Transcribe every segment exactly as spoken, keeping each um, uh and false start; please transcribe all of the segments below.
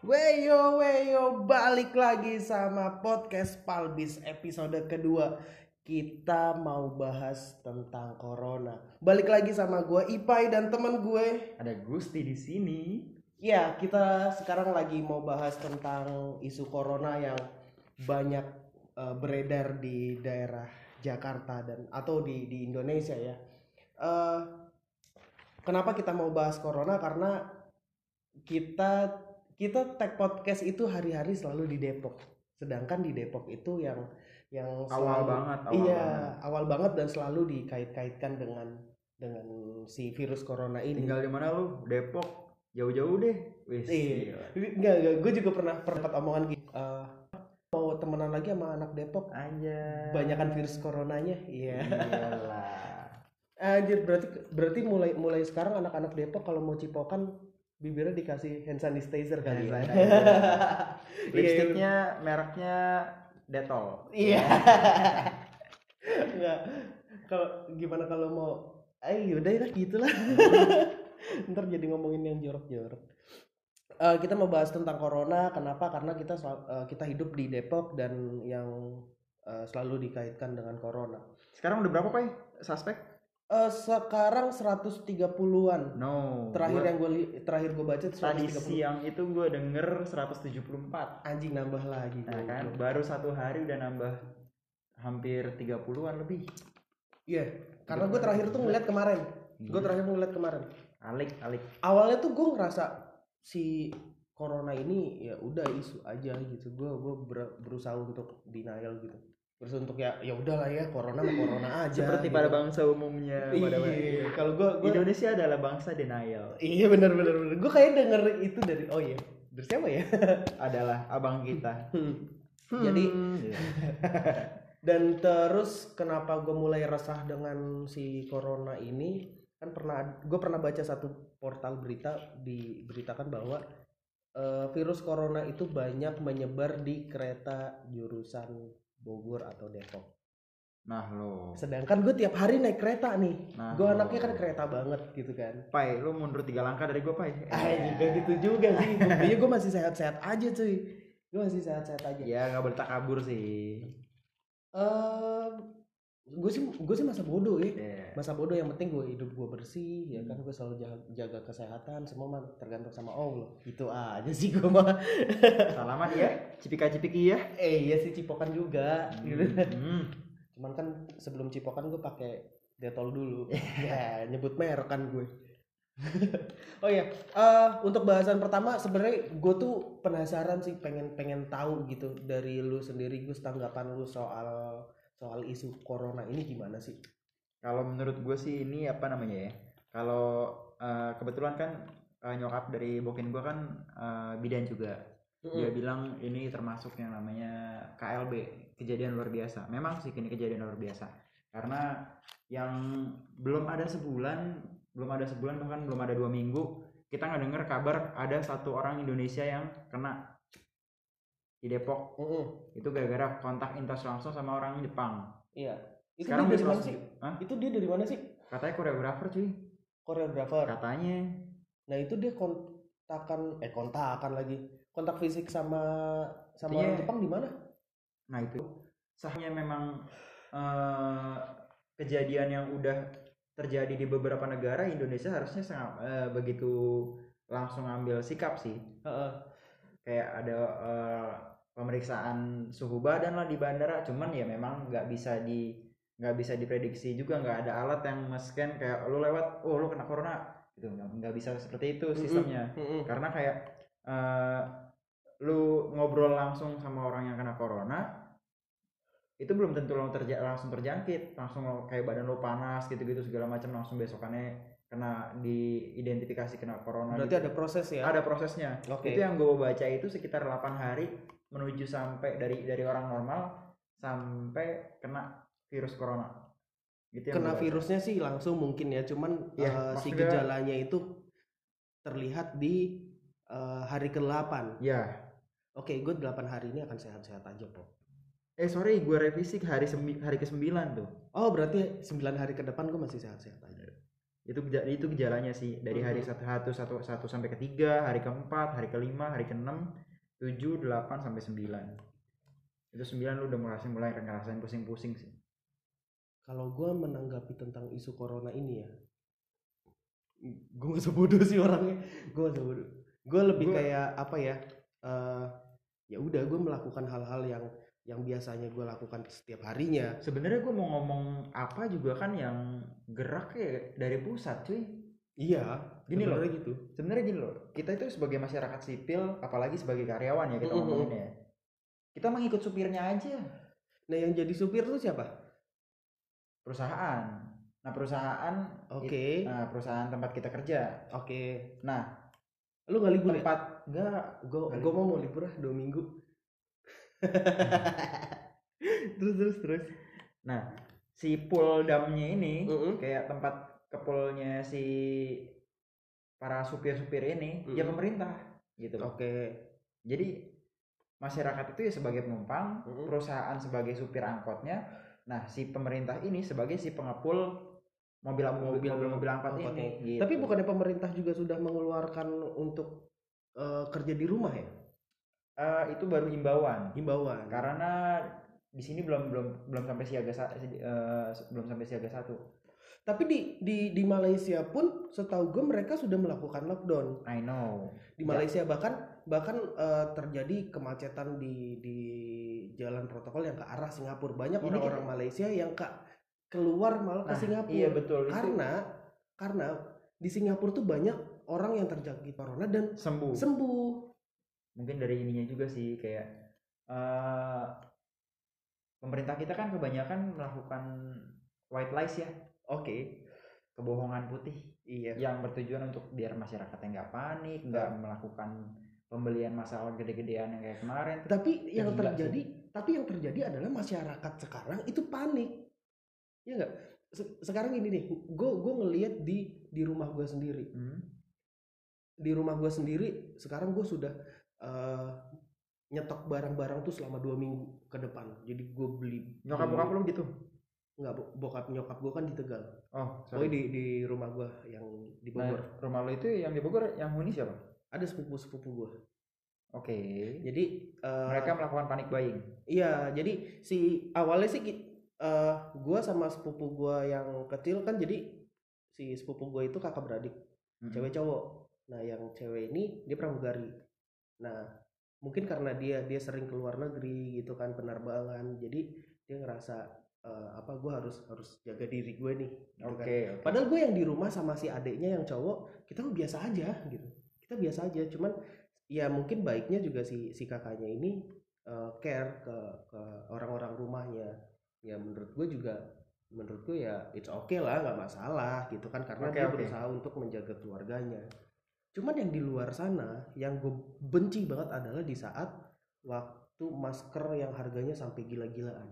Weyo weyo balik lagi sama podcast Palbis episode kedua. Kita mau bahas tentang corona. Balik lagi sama gue Ipai dan teman gue. Ada Gusti di sini. Ya, kita sekarang lagi mau bahas tentang isu corona yang banyak uh, beredar di daerah Jakarta dan atau di di Indonesia ya. Uh, kenapa kita mau bahas corona? Karena kita kita tag podcast itu hari-hari selalu di Depok. Sedangkan di Depok itu yang yang Awal selalu, banget, awal iya, banget. awal banget dan selalu dikait-kaitkan dengan dengan si virus corona ini. Tinggal di mana lu? Depok. Jauh-jauh deh. Wis. Iya. Enggak, enggak, gue juga pernah pernah omongan gitu. Uh, mau temenan lagi sama anak Depok. Anjay. Banyakan virus coronanya. Iya. Iyalah. Anjir, berarti berarti mulai mulai sekarang anak-anak Depok kalau mau cipokan bibirnya dikasih hand sanitizer kali ya. Lipstiknya mereknya Dettol. Iya. Enggak. Kalau gimana kalau mau ayo udah lah gitulah. Ntar jadi ngomongin yang jorok-jorok. Uh, kita mau bahas tentang corona. Kenapa? Karena kita uh, kita hidup di Depok dan yang uh, selalu dikaitkan dengan corona. Sekarang udah berapa, Pak? Suspek? Uh, sekarang seratus tiga puluhan. No. Terakhir gua, yang gue terakhir gue baca seratus tiga puluh. Tadi siang itu gue denger seratus tujuh puluh empat. Anjing nambah lagi. Nah, kan baru satu hari udah nambah hampir tiga puluhan lebih. Iya, yeah, karena gue terakhir tuh ngeliat kemarin. Hmm. Gue terakhir ngeliat kemarin. Alik, alik. Awalnya tuh gue ngerasa si corona ini ya udah isu aja gitu. Gue gue ber, berusaha untuk denial gitu. Terus untuk ya ya udahlah ya corona mah corona aja. Seperti gitu. Pada bangsa umumnya. Iya. Kalau gue Indonesia adalah bangsa denial. Iya benar benar benar. Gue kayak denger itu dari oh iya dari siapa ya? Adalah abang kita. Hmm. Jadi dan terus kenapa gue mulai resah dengan si corona ini? Kan pernah gue pernah baca satu portal berita diberitakan bahwa uh, virus corona itu banyak menyebar di kereta jurusan Bogor atau Depok. Nah lo. Sedangkan gue tiap hari naik kereta nih. Nah, gue anaknya kan kereta banget gitu kan. Pai, lo mundur tiga langkah dari gue, Pai. Ah juga gitu juga sih. Buktinya gue masih sehat-sehat aja cuy. Gue masih sehat-sehat aja. Ya nggak boleh takabur sih. Uh, gue sih gue sih masa bodoh ya. Yeah. Masa bodoh yang penting gue hidup gue bersih ya kan, gue selalu jaga, jaga kesehatan, semua mah tergantung sama Allah. Itu aja sih gue mah. Salaman ya, cipika-cipiki ya. Eh iya sih cipokan juga hmm. gitu. Hmm. Cuman kan sebelum cipokan gue pakai Dettol dulu. Ya nyebut merek kan gue. Oh ya, uh, untuk bahasan pertama sebenarnya gue tuh penasaran sih, pengen pengen tahu gitu dari lu sendiri, Gus, tanggapan lu soal soal isu corona ini gimana sih? Kalau menurut gue sih ini apa namanya ya? Kalau uh, kebetulan kan uh, nyokap dari bokin gue kan uh, bidan juga. Mm-hmm. Dia bilang ini termasuk yang namanya K L B, kejadian luar biasa. Memang sih ini kejadian luar biasa. Karena yang belum ada sebulan, belum ada sebulan bahkan belum ada dua minggu, kita nggak dengar kabar ada satu orang Indonesia yang kena di Depok. Mm-hmm. Itu gara-gara kontak intas langsung sama orang Jepang. Iya. Itu sekarang dia dari mana sih? Hah? Itu dia dari mana sih? Katanya koreografer cuy. Koreografer. Katanya. Nah itu dia kontakan eh kontakan lagi. Kontak fisik sama sama iya. orang Jepang di mana? Nah itu sahnya memang uh, kejadian yang udah terjadi di beberapa negara, Indonesia harusnya sangat uh, begitu langsung ambil sikap sih. Uh-uh. Kayak ada uh, pemeriksaan suhu badan lah di bandara, cuman ya memang nggak bisa di nggak bisa diprediksi juga, nggak ada alat yang nge-scan kayak lu lewat oh lu kena corona gitu, nggak bisa seperti itu sistemnya. Mm-hmm. Karena kayak uh, lu ngobrol langsung sama orang yang kena corona itu belum tentu lo terja- langsung terjangkit, langsung lo, kayak badan lo panas gitu-gitu segala macam, langsung besokannya kena diidentifikasi kena corona. Berarti gitu. ada proses ya? Ada prosesnya. Okay. Itu yang gue baca itu sekitar delapan hari menuju sampai dari dari orang normal sampai kena virus corona. Gitu kena virusnya sih langsung mungkin ya, cuman ya, uh, si gejalanya itu terlihat di uh, hari ke delapan. Ya. Oke, okay, gue delapan hari ini akan sehat-sehat aja, Po. Eh sorry, gue revisi hari sembi- hari ke sembilan tuh. Oh berarti sembilan hari ke depan gue masih sehat-sehat aja. Itu geja- itu gejalanya sih dari hari Mhm. satu satu satu satu sampai ketiga, hari keempat, hari kelima, hari keenam, tujuh, delapan sampai sembilan. Itu sembilan lu udah ngerasain mulai ngerasain pusing-pusing sih. Kalau gue menanggapi tentang isu corona ini ya, gue gak sebodoh sih orangnya. Gue gak sebodoh. Gue lebih Gua- kayak apa ya? eh ya udah gue melakukan hal-hal yang yang biasanya gue lakukan setiap harinya. Sebenarnya gue mau ngomong apa juga kan yang gerak ya dari pusat cuy. Iya, Gini loh. sebenarnya gitu. Sebenarnya gini loh, kita itu sebagai masyarakat sipil, apalagi sebagai karyawan ya kita Mhm. ngomongin ya. Kita mengikut supirnya aja, Nah, yang jadi supir tuh siapa? perusahaan. Nah perusahaan, Oke, it- nah, perusahaan tempat kita kerja. oke. Nah Lu nggak libur ya? tempat enggak, Gue Nggak gue mau mau libur lah dua minggu. terus terus terus. nah si puldamnya ini Mhm. kayak tempat kepulnya si para supir-supir ini ya Mm-mm. pemerintah gitu loh. Oke. Jadi masyarakat itu ya sebagai penumpang, Mm-mm. perusahaan sebagai supir angkotnya. Nah, si pemerintah ini sebagai si pengepul mobil mobil mobil, mobil angkot angkotnya. ini. Gitu. Tapi bukannya pemerintah juga sudah mengeluarkan untuk eh, kerja di rumah ya? Eh, itu baru himbauan. Himbauan. Karena di sini belum belum belum sampai siaga sa- eh, belum sampai siaga satu. Tapi di di di Malaysia pun setahu gue mereka sudah melakukan lockdown. I know. Di Malaysia bahkan bahkan eh, terjadi kemacetan di di jalan protokol yang ke arah Singapura. Banyak Ini orang-orang kita- Malaysia yang ke keluar malah ke Nah, Singapura. iya betul itu Karena karena di Singapura tuh banyak orang yang terjangkit corona dan sembuh. sembuh. Mungkin dari ininya juga sih kayak eh pemerintah kita kan kebanyakan melakukan white lies ya, Oke. kebohongan putih Iya. yang bertujuan untuk biar masyarakatnya nggak panik, nggak melakukan pembelian massal gede-gedean yang kayak kemarin. Tapi yang Gila terjadi, tapi yang terjadi adalah masyarakat sekarang itu panik. Ya enggak? Se- Sekarang ini nih, gue gue ngelihat di di rumah gue sendiri. Hmm. Di rumah gue sendiri sekarang gue sudah eh, nyetok barang-barang tuh selama dua minggu ke depan. Jadi gue beli Nyokap bokap lu gitu? nggak bo- bokap nyokap gue kan di Tegal. Oh, Pokoknya sorry. di di rumah gue yang di Nah, Bogor. rumah lu itu yang di Bogor yang huni siapa? Ada sepupu-sepupu gue. Oke. Jadi eh, Mereka melakukan panic buying. iya, jadi si awalnya sih eh gue sama sepupu gue yang kecil kan, jadi si sepupu gue itu kakak beradik, Mhm. cewek cowok. Nah yang cewek ini dia pramugari. Nah mungkin karena dia dia sering keluar negeri gitu kan, penerbangan, jadi dia ngerasa eh, apa gue harus harus jaga diri gue nih. Gitu kan. Oke, oke. Padahal gue yang di rumah sama si adeknya yang cowok, kita mah biasa aja gitu. Kita biasa aja, cuman ya mungkin baiknya juga si si kakaknya ini eh, care ke ke orang-orang rumahnya. Ya menurut gue juga, menurut gue ya it's okay lah, nggak masalah gitu kan, karena Oke, dia oke. berusaha untuk menjaga keluarganya. Cuman yang di luar sana yang gue benci banget adalah di saat waktu masker yang harganya sampai gila-gilaan.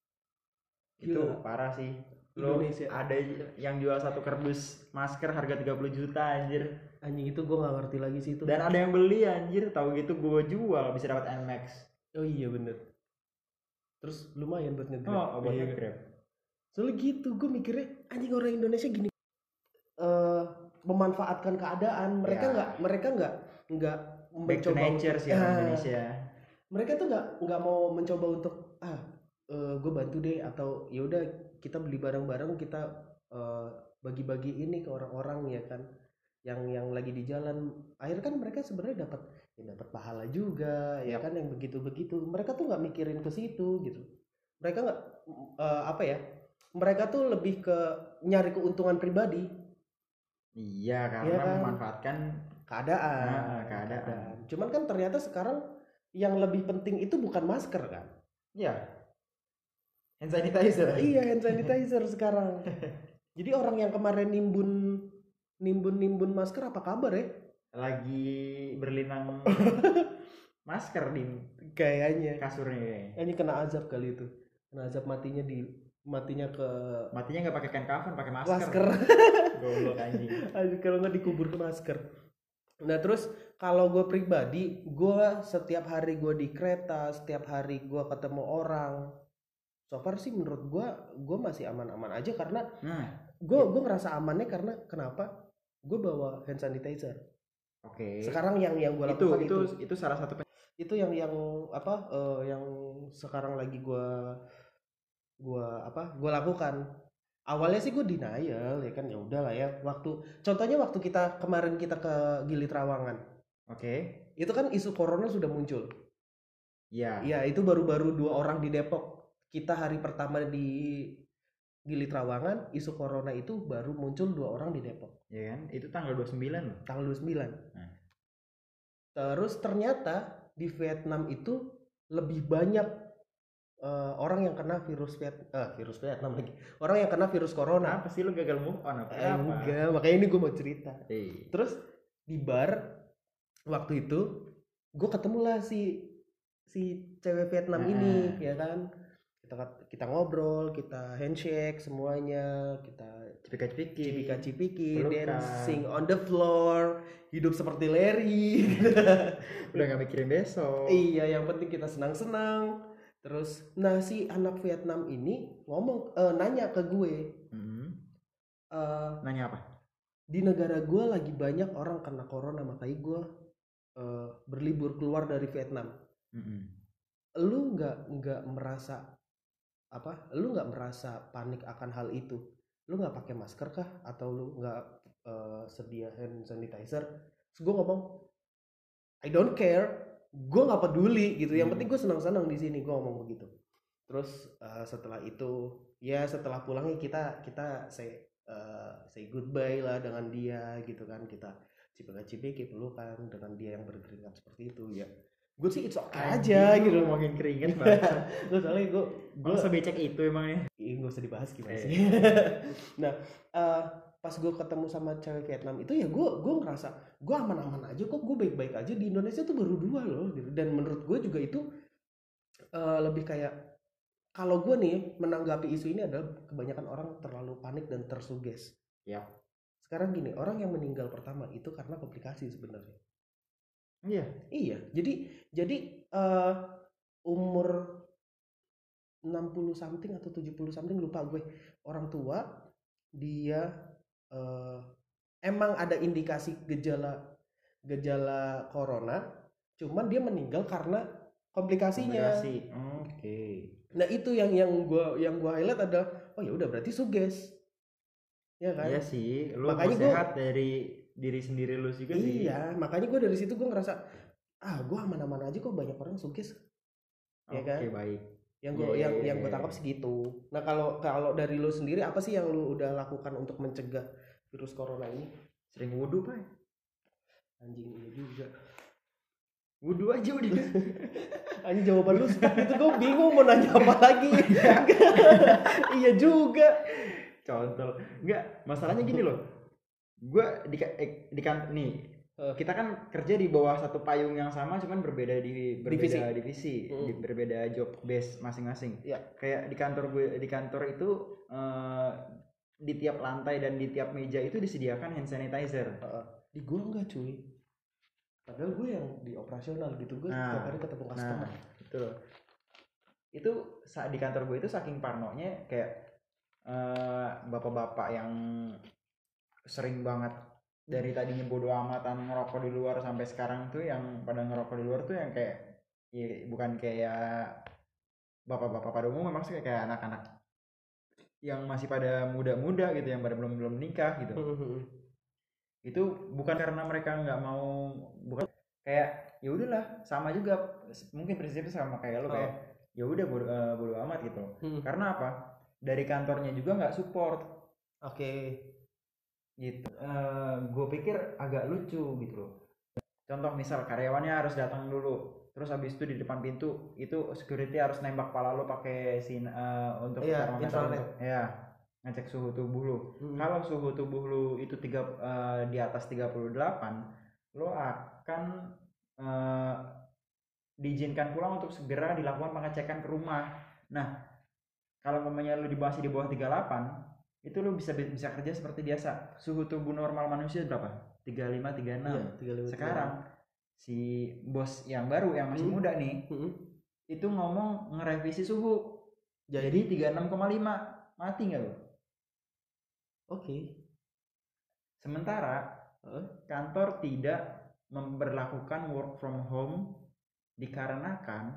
Itu Gila. parah sih. Lo Indonesia. ada yang jual satu kardus masker harga tiga puluh juta anjir. Anjing, itu gue nggak ngerti lagi sih itu. Dan ada yang beli anjir, tahu gitu gue jual bisa dapat N Max. Oh iya bener. Terus lumayan buat nge-grab. Oh, buat Iya. nge-grab. Soalnya gitu, gue mikirnya anjing orang Indonesia gini, eh memanfaatkan keadaan. Mereka Ya. nggak, mereka nggak nggak Back to nature sih orang Ah, Indonesia. mereka tuh nggak nggak mau mencoba untuk ah gue bantu deh, atau ya udah kita beli barang-barang, kita eh, bagi-bagi ini ke orang-orang ya kan, yang yang lagi di jalan. Akhirnya kan mereka sebenarnya dapat ya dapat pahala juga ya kan, yang begitu-begitu. Mereka tuh nggak mikirin ke situ gitu. Mereka nggak eh, apa ya? Mereka tuh lebih ke nyari keuntungan pribadi, Iya, karena Iya kan? memanfaatkan keadaan. Nah, keadaan. Cuman kan ternyata sekarang yang lebih penting itu bukan masker kan? ya hand sanitizer. Iya, hand sanitizer sekarang. Jadi orang yang kemarin nimbun nimbun nimbun masker apa kabar ya? Lagi berlinang masker di Kayaknya. kasurnya. Kayaknya kena azab kali itu. Kena azab matinya di matinya ke Matinya nggak pakai kain kafan, pakai masker. masker. Goblok anjing. Aduh, kalau nggak dikubur ke masker. Nah terus kalau gue pribadi, gue setiap hari gue di kereta, setiap hari gue ketemu orang, so far sih menurut gue gue masih aman-aman aja, karena Nah, gue gue ngerasa amannya karena kenapa? Gue bawa hand sanitizer. Oke. Sekarang yang yang gue Itu lakukan itu itu itu salah satu pen- itu yang yang apa eh, yang sekarang lagi gue gua apa gua lakukan. Awalnya sih gue denial ya kan, ya udah lah ya, waktu contohnya waktu kita kemarin kita ke Gili Trawangan Oke. itu kan isu corona sudah muncul. Iya. Ya itu baru-baru dua orang di Depok, kita hari pertama di Gili Trawangan isu corona itu baru muncul dua orang di Depok Ya kan? Itu tanggal dua puluh sembilan loh. tanggal dua puluh sembilan. Nah. Terus ternyata di Vietnam itu lebih banyak eh, orang yang kena virus Viet eh, virus Vietnam lagi, orang yang kena virus corona. Apa sih lu gagal move on apa? Eh, Apa? enggak, makanya ini gue mau cerita. Eh. Terus di bar waktu itu gue ketemu lah si si cewek Vietnam Nah. ini ya kan, kita kita ngobrol, kita handshake semuanya, kita Cipika-cipiki. cipika-cipiki, Pelukan. dancing on the floor, hidup seperti Larry. Udah gak mikirin besok. Iya, yang penting kita senang-senang. Terus, nah si anak Vietnam ini ngomong, eh, nanya ke gue, Mm-hmm. eh, Nanya apa? di negara gue lagi banyak orang kena corona, makanya gue eh, berlibur keluar dari Vietnam. Mm-hmm. Lu nggak nggak merasa apa? Lu nggak merasa panik akan hal itu? Lu nggak pakai masker kah? Atau lu nggak eh, sedia hand sanitizer? Terus gue ngomong, I don't care, gue nggak peduli gitu. Yang Hmm. penting gue senang-senang di sini, gue ngomong begitu. Terus eh, setelah itu, ya setelah pulangnya kita kita say uh, say goodbye lah dengan dia gitu kan, kita cipika-cipiki pelukan dengan dia yang berkeringat seperti itu ya. Gue sih it's okay aja gitu. Ngomongin keringet banget. Gue soalnya gue Gue gue sebecek itu emangnya. nggak usah dibahas gimana Eh. sih. Nah eh, pas gue ketemu sama cewek Vietnam itu ya gue gue ngerasa gue aman-aman aja kok, gue baik-baik aja. Di Indonesia tuh baru dua loh gitu. Dan menurut gue juga itu eh, lebih kayak, kalau gue nih menanggapi isu ini adalah kebanyakan orang terlalu panik dan tersuges. Ya. Sekarang gini, orang yang meninggal pertama itu karena komplikasi sebenarnya. Iya. Iya, jadi jadi eh, umur enam puluh something atau tujuh puluh something lupa gue, orang tua dia eh, emang ada indikasi gejala gejala corona, cuman dia meninggal karena komplikasinya. Komplikasi. Oke. Nah itu yang yang gue yang gue highlight adalah, oh ya udah berarti suges, ya kan? Iya sih, lu Makanya mau gua- sehat dari diri sendiri lu juga sih. Iya, makanya gue dari situ gue ngerasa, ah gue aman-aman aja kok, banyak orang suges, ya Oke, kan? baik. Yang gue Iya, yang iya, yang gue iya. tangkap segitu. Nah kalau kalau dari lu sendiri apa sih yang lu udah lakukan untuk mencegah virus corona ini? Sering wudhu, Pak. Anjing ini juga. Wudhu aja udah. Anjing jawaban lu stop itu, gue bingung mau nanya apa lagi. Iya juga. Contoh. Enggak, masalahnya gini loh. Gua di eh, di kan nih Eh. kita kan kerja di bawah satu payung yang sama, cuman berbeda di berbeda Divisi. divisi, Mm. di- berbeda job base masing-masing. Ya. Kayak di kantor gue, di kantor itu eh, di tiap lantai dan di tiap meja itu disediakan hand sanitizer. Heeh. Di gue enggak cuy. Padahal gue yang di operasional gitu, gue Nah, tiap hari ketemu customer. Nah, itu loh. Itu sa- di kantor gue itu saking parnonya kayak eh, bapak-bapak yang sering banget dari tadinya bodo amatan ngerokok di luar sampai sekarang tuh yang pada ngerokok di luar tuh yang kayak ya, bukan kayak bapak-bapak pada umum, memang sih kayak anak-anak yang masih pada muda-muda gitu, yang pada belum belum nikah gitu. Itu bukan karena mereka nggak mau, bukan kayak ya udahlah, sama juga mungkin prinsipnya sama kayak lo, kayak ya udah bodo, eh, bodo amat gitu loh. Hmm. Karena apa, dari kantornya juga nggak support Oke. gitu. Eh gue pikir agak lucu gitu loh. Contoh misal karyawannya harus datang dulu, terus habis itu di depan pintu itu security harus nembak pala lo pakai sin eh, untuk Iya, termometer infrared. untuk ya ngecek suhu tubuh lu. Hmm. Kalau suhu tubuh lu itu tiga eh, di atas tiga puluh delapan, lo akan eh, diizinkan pulang untuk segera dilakukan pengecekan ke rumah. Nah, kalau namanya lu di bawah di bawah tiga puluh delapan, itu lu bisa bisa kerja seperti biasa. Suhu tubuh normal manusia berapa? tiga puluh lima tiga puluh enam. Iya, tiga puluh lima. Sekarang si bos yang baru yang masih Hmm. muda nih, Hmm. itu ngomong ngerevisi suhu. Jadi tiga puluh enam koma lima. Mati nggak lu? Oke. Sementara Heeh. kantor tidak memberlakukan work from home dikarenakan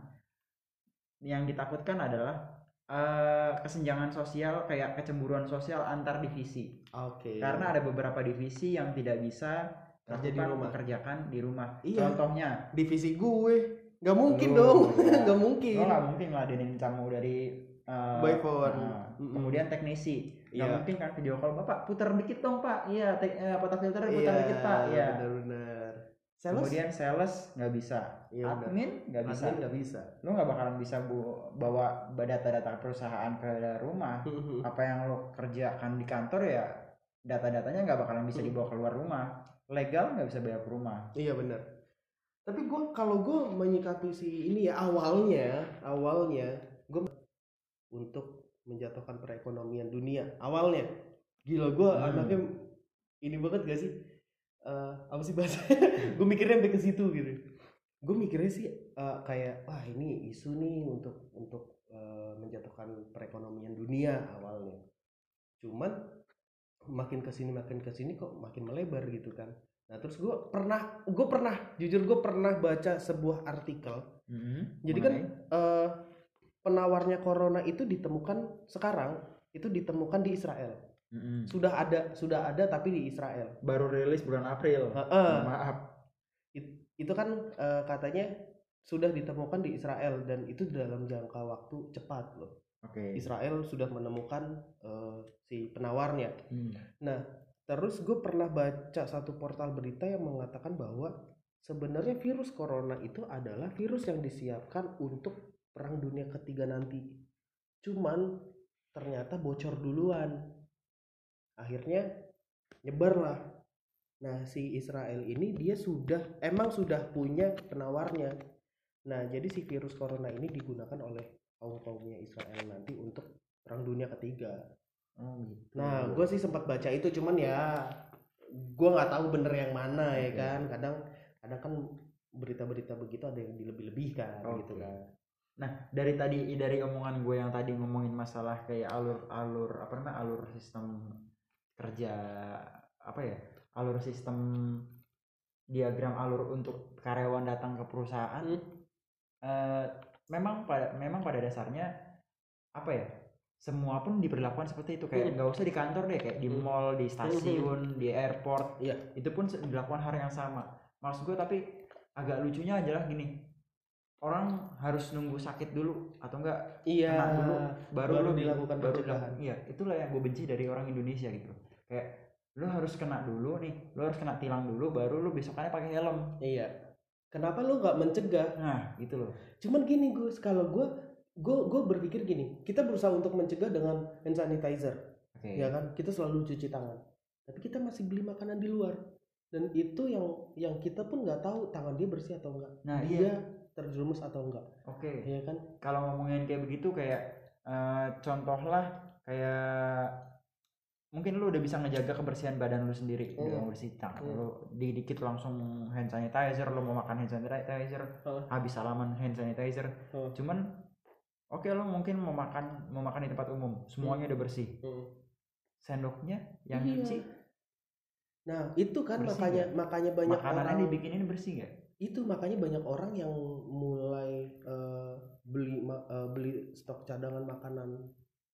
yang ditakutkan adalah eh, kesenjangan sosial, kayak kecemburuan sosial antar divisi. Oke. Karena ada beberapa divisi yang tidak bisa Kerja di melakukan rumah. pekerjaan di rumah. Iya. Contohnya Divisi gue nggak mungkin lu, dong. ya. Nggak mungkin. Lo nggak mungkin ngeladenin kamu dari uh, By phone. uh, Mm-mm. kemudian teknisi nggak Iya. mungkin kan video call, bapak putar dikit dong pak, iya te- eh, pota filternya putar Iya, dikit pak, iya. benar-benar. Sales? Kemudian sales nggak bisa, Iya, benar. admin nggak bisa, Admin nggak bisa. lo nggak bakalan bisa bu- bawa data-data perusahaan ke rumah. Apa yang lo kerjakan di kantor ya data-datanya nggak bakalan bisa Hmm. dibawa keluar rumah, legal nggak bisa bawa ke rumah. Iya benar. Tapi gue kalau gue menyikapi si ini ya awalnya, awalnya gue untuk menjatuhkan perekonomian dunia awalnya. Gila gue Hmm. anaknya ini banget gak sih? Eh, apa sih bahasanya? Gue mikirnya sampai ke situ gitu. Gue mikirnya sih eh, kayak wah ini isu nih untuk untuk eh, menjatuhkan perekonomian dunia awalnya. Cuman makin kesini makin kesini kok makin melebar gitu kan. Nah terus gue pernah gue pernah jujur gue pernah baca sebuah artikel. Mm-hmm. Jadi kan eh, penawarnya corona itu ditemukan sekarang itu ditemukan di Israel. Mm-hmm. Sudah ada sudah ada tapi di Israel. Baru rilis bulan April. Heeh. Maaf. It- itu kan eh, katanya sudah ditemukan di Israel dan itu dalam jangka waktu cepat loh. Oke. Okay. Israel sudah menemukan uh, si penawarnya. Hmm. Nah, terus gue pernah baca satu portal berita yang mengatakan bahwa sebenarnya virus corona itu adalah virus yang disiapkan untuk perang dunia ketiga nanti. Cuman ternyata bocor duluan. Akhirnya nyebarlah. Nah, si Israel ini dia sudah emang sudah punya penawarnya. Nah, jadi si virus corona ini digunakan oleh kaum-kaumnya Israel nanti untuk perang dunia ketiga. Oh gitu. Nah, gue sih sempat baca itu, cuman ya gue nggak tahu bener yang mana ya Okay. kan. Kadang, kadang kan berita-berita begitu ada yang dilebih-lebihkan Okay. gitu kan. Nah, dari tadi dari omongan gue yang tadi ngomongin masalah kayak alur-alur apa namanya alur sistem kerja apa ya alur sistem diagram alur untuk karyawan datang ke perusahaan. Hmm. Uh, memang pada memang pada dasarnya apa ya semua pun diberlakukan seperti itu, kayak nggak hmm. usah di kantor deh, kayak di mall, di stasiun, hmm. di airport, yeah. itu pun dilakukan hal yang sama. Maksud gue tapi agak lucunya adalah gini, orang harus nunggu sakit dulu atau enggak iya, kena dulu baru, baru lo dilakukan baru pencegahan. Iya, itulah yang gue benci dari orang Indonesia gitu. Kayak lo harus kena dulu nih, lo harus kena tilang dulu baru lo besokannya pakai helm. Iya. Kenapa lo nggak mencegah? Nah, gitu loh. Cuman gini Gus, kalau gue gue gue berpikir gini, kita berusaha untuk mencegah dengan hand sanitizer, okay. ya kan? Kita selalu cuci tangan, tapi kita masih beli makanan di luar, dan itu yang yang kita pun nggak tahu tangan dia bersih atau enggak, nah, dia iya. terjerumus atau enggak. Oke. Okay. Ya kan? Kalau ngomongin kayak begitu kayak uh, contoh lah kayak mungkin lu udah bisa ngejaga kebersihan badan lu sendiri, mm. dengan bersih tangan, mm. lu dikit langsung hand sanitizer, lu mau makan hand sanitizer, uh. habis salaman hand sanitizer, uh. cuman oke okay, lu mungkin mau makan mau makan di tempat umum, semuanya mm. udah bersih, mm. sendoknya yang iya. nyuci, nah itu kan bersih makanya gak? makanya banyak makanannya orang dibikinin bersih nggak? Itu makanya banyak orang yang mulai uh, beli uh, beli stok cadangan makanan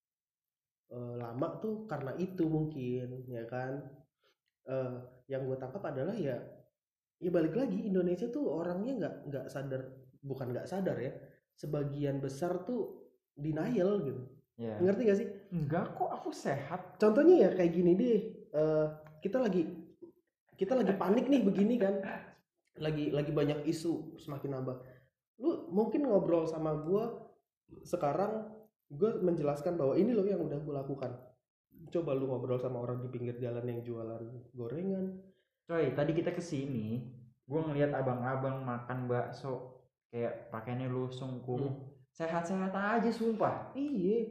Uh, lama tuh karena itu mungkin ya kan. Uh, yang gue tangkap adalah ya ya balik lagi Indonesia tuh orangnya nggak nggak sadar, bukan nggak sadar ya, sebagian besar tuh denial gitu. Yeah. Ngerti gak sih? Enggak kok, aku sehat. Contohnya ya kayak gini deh, uh, kita lagi kita lagi panik nih begini kan, lagi lagi banyak isu semakin nambah. Lu mungkin ngobrol sama gue sekarang, gue menjelaskan bahwa ini loh yang udah gue lakukan. Coba lu ngobrol sama orang di pinggir jalan yang jualan gorengan. Coy, tadi kita kesini, gue ngeliat abang-abang makan bakso kayak pakaiannya lusung kumuh, hmm. sehat-sehat aja sumpah. Iya.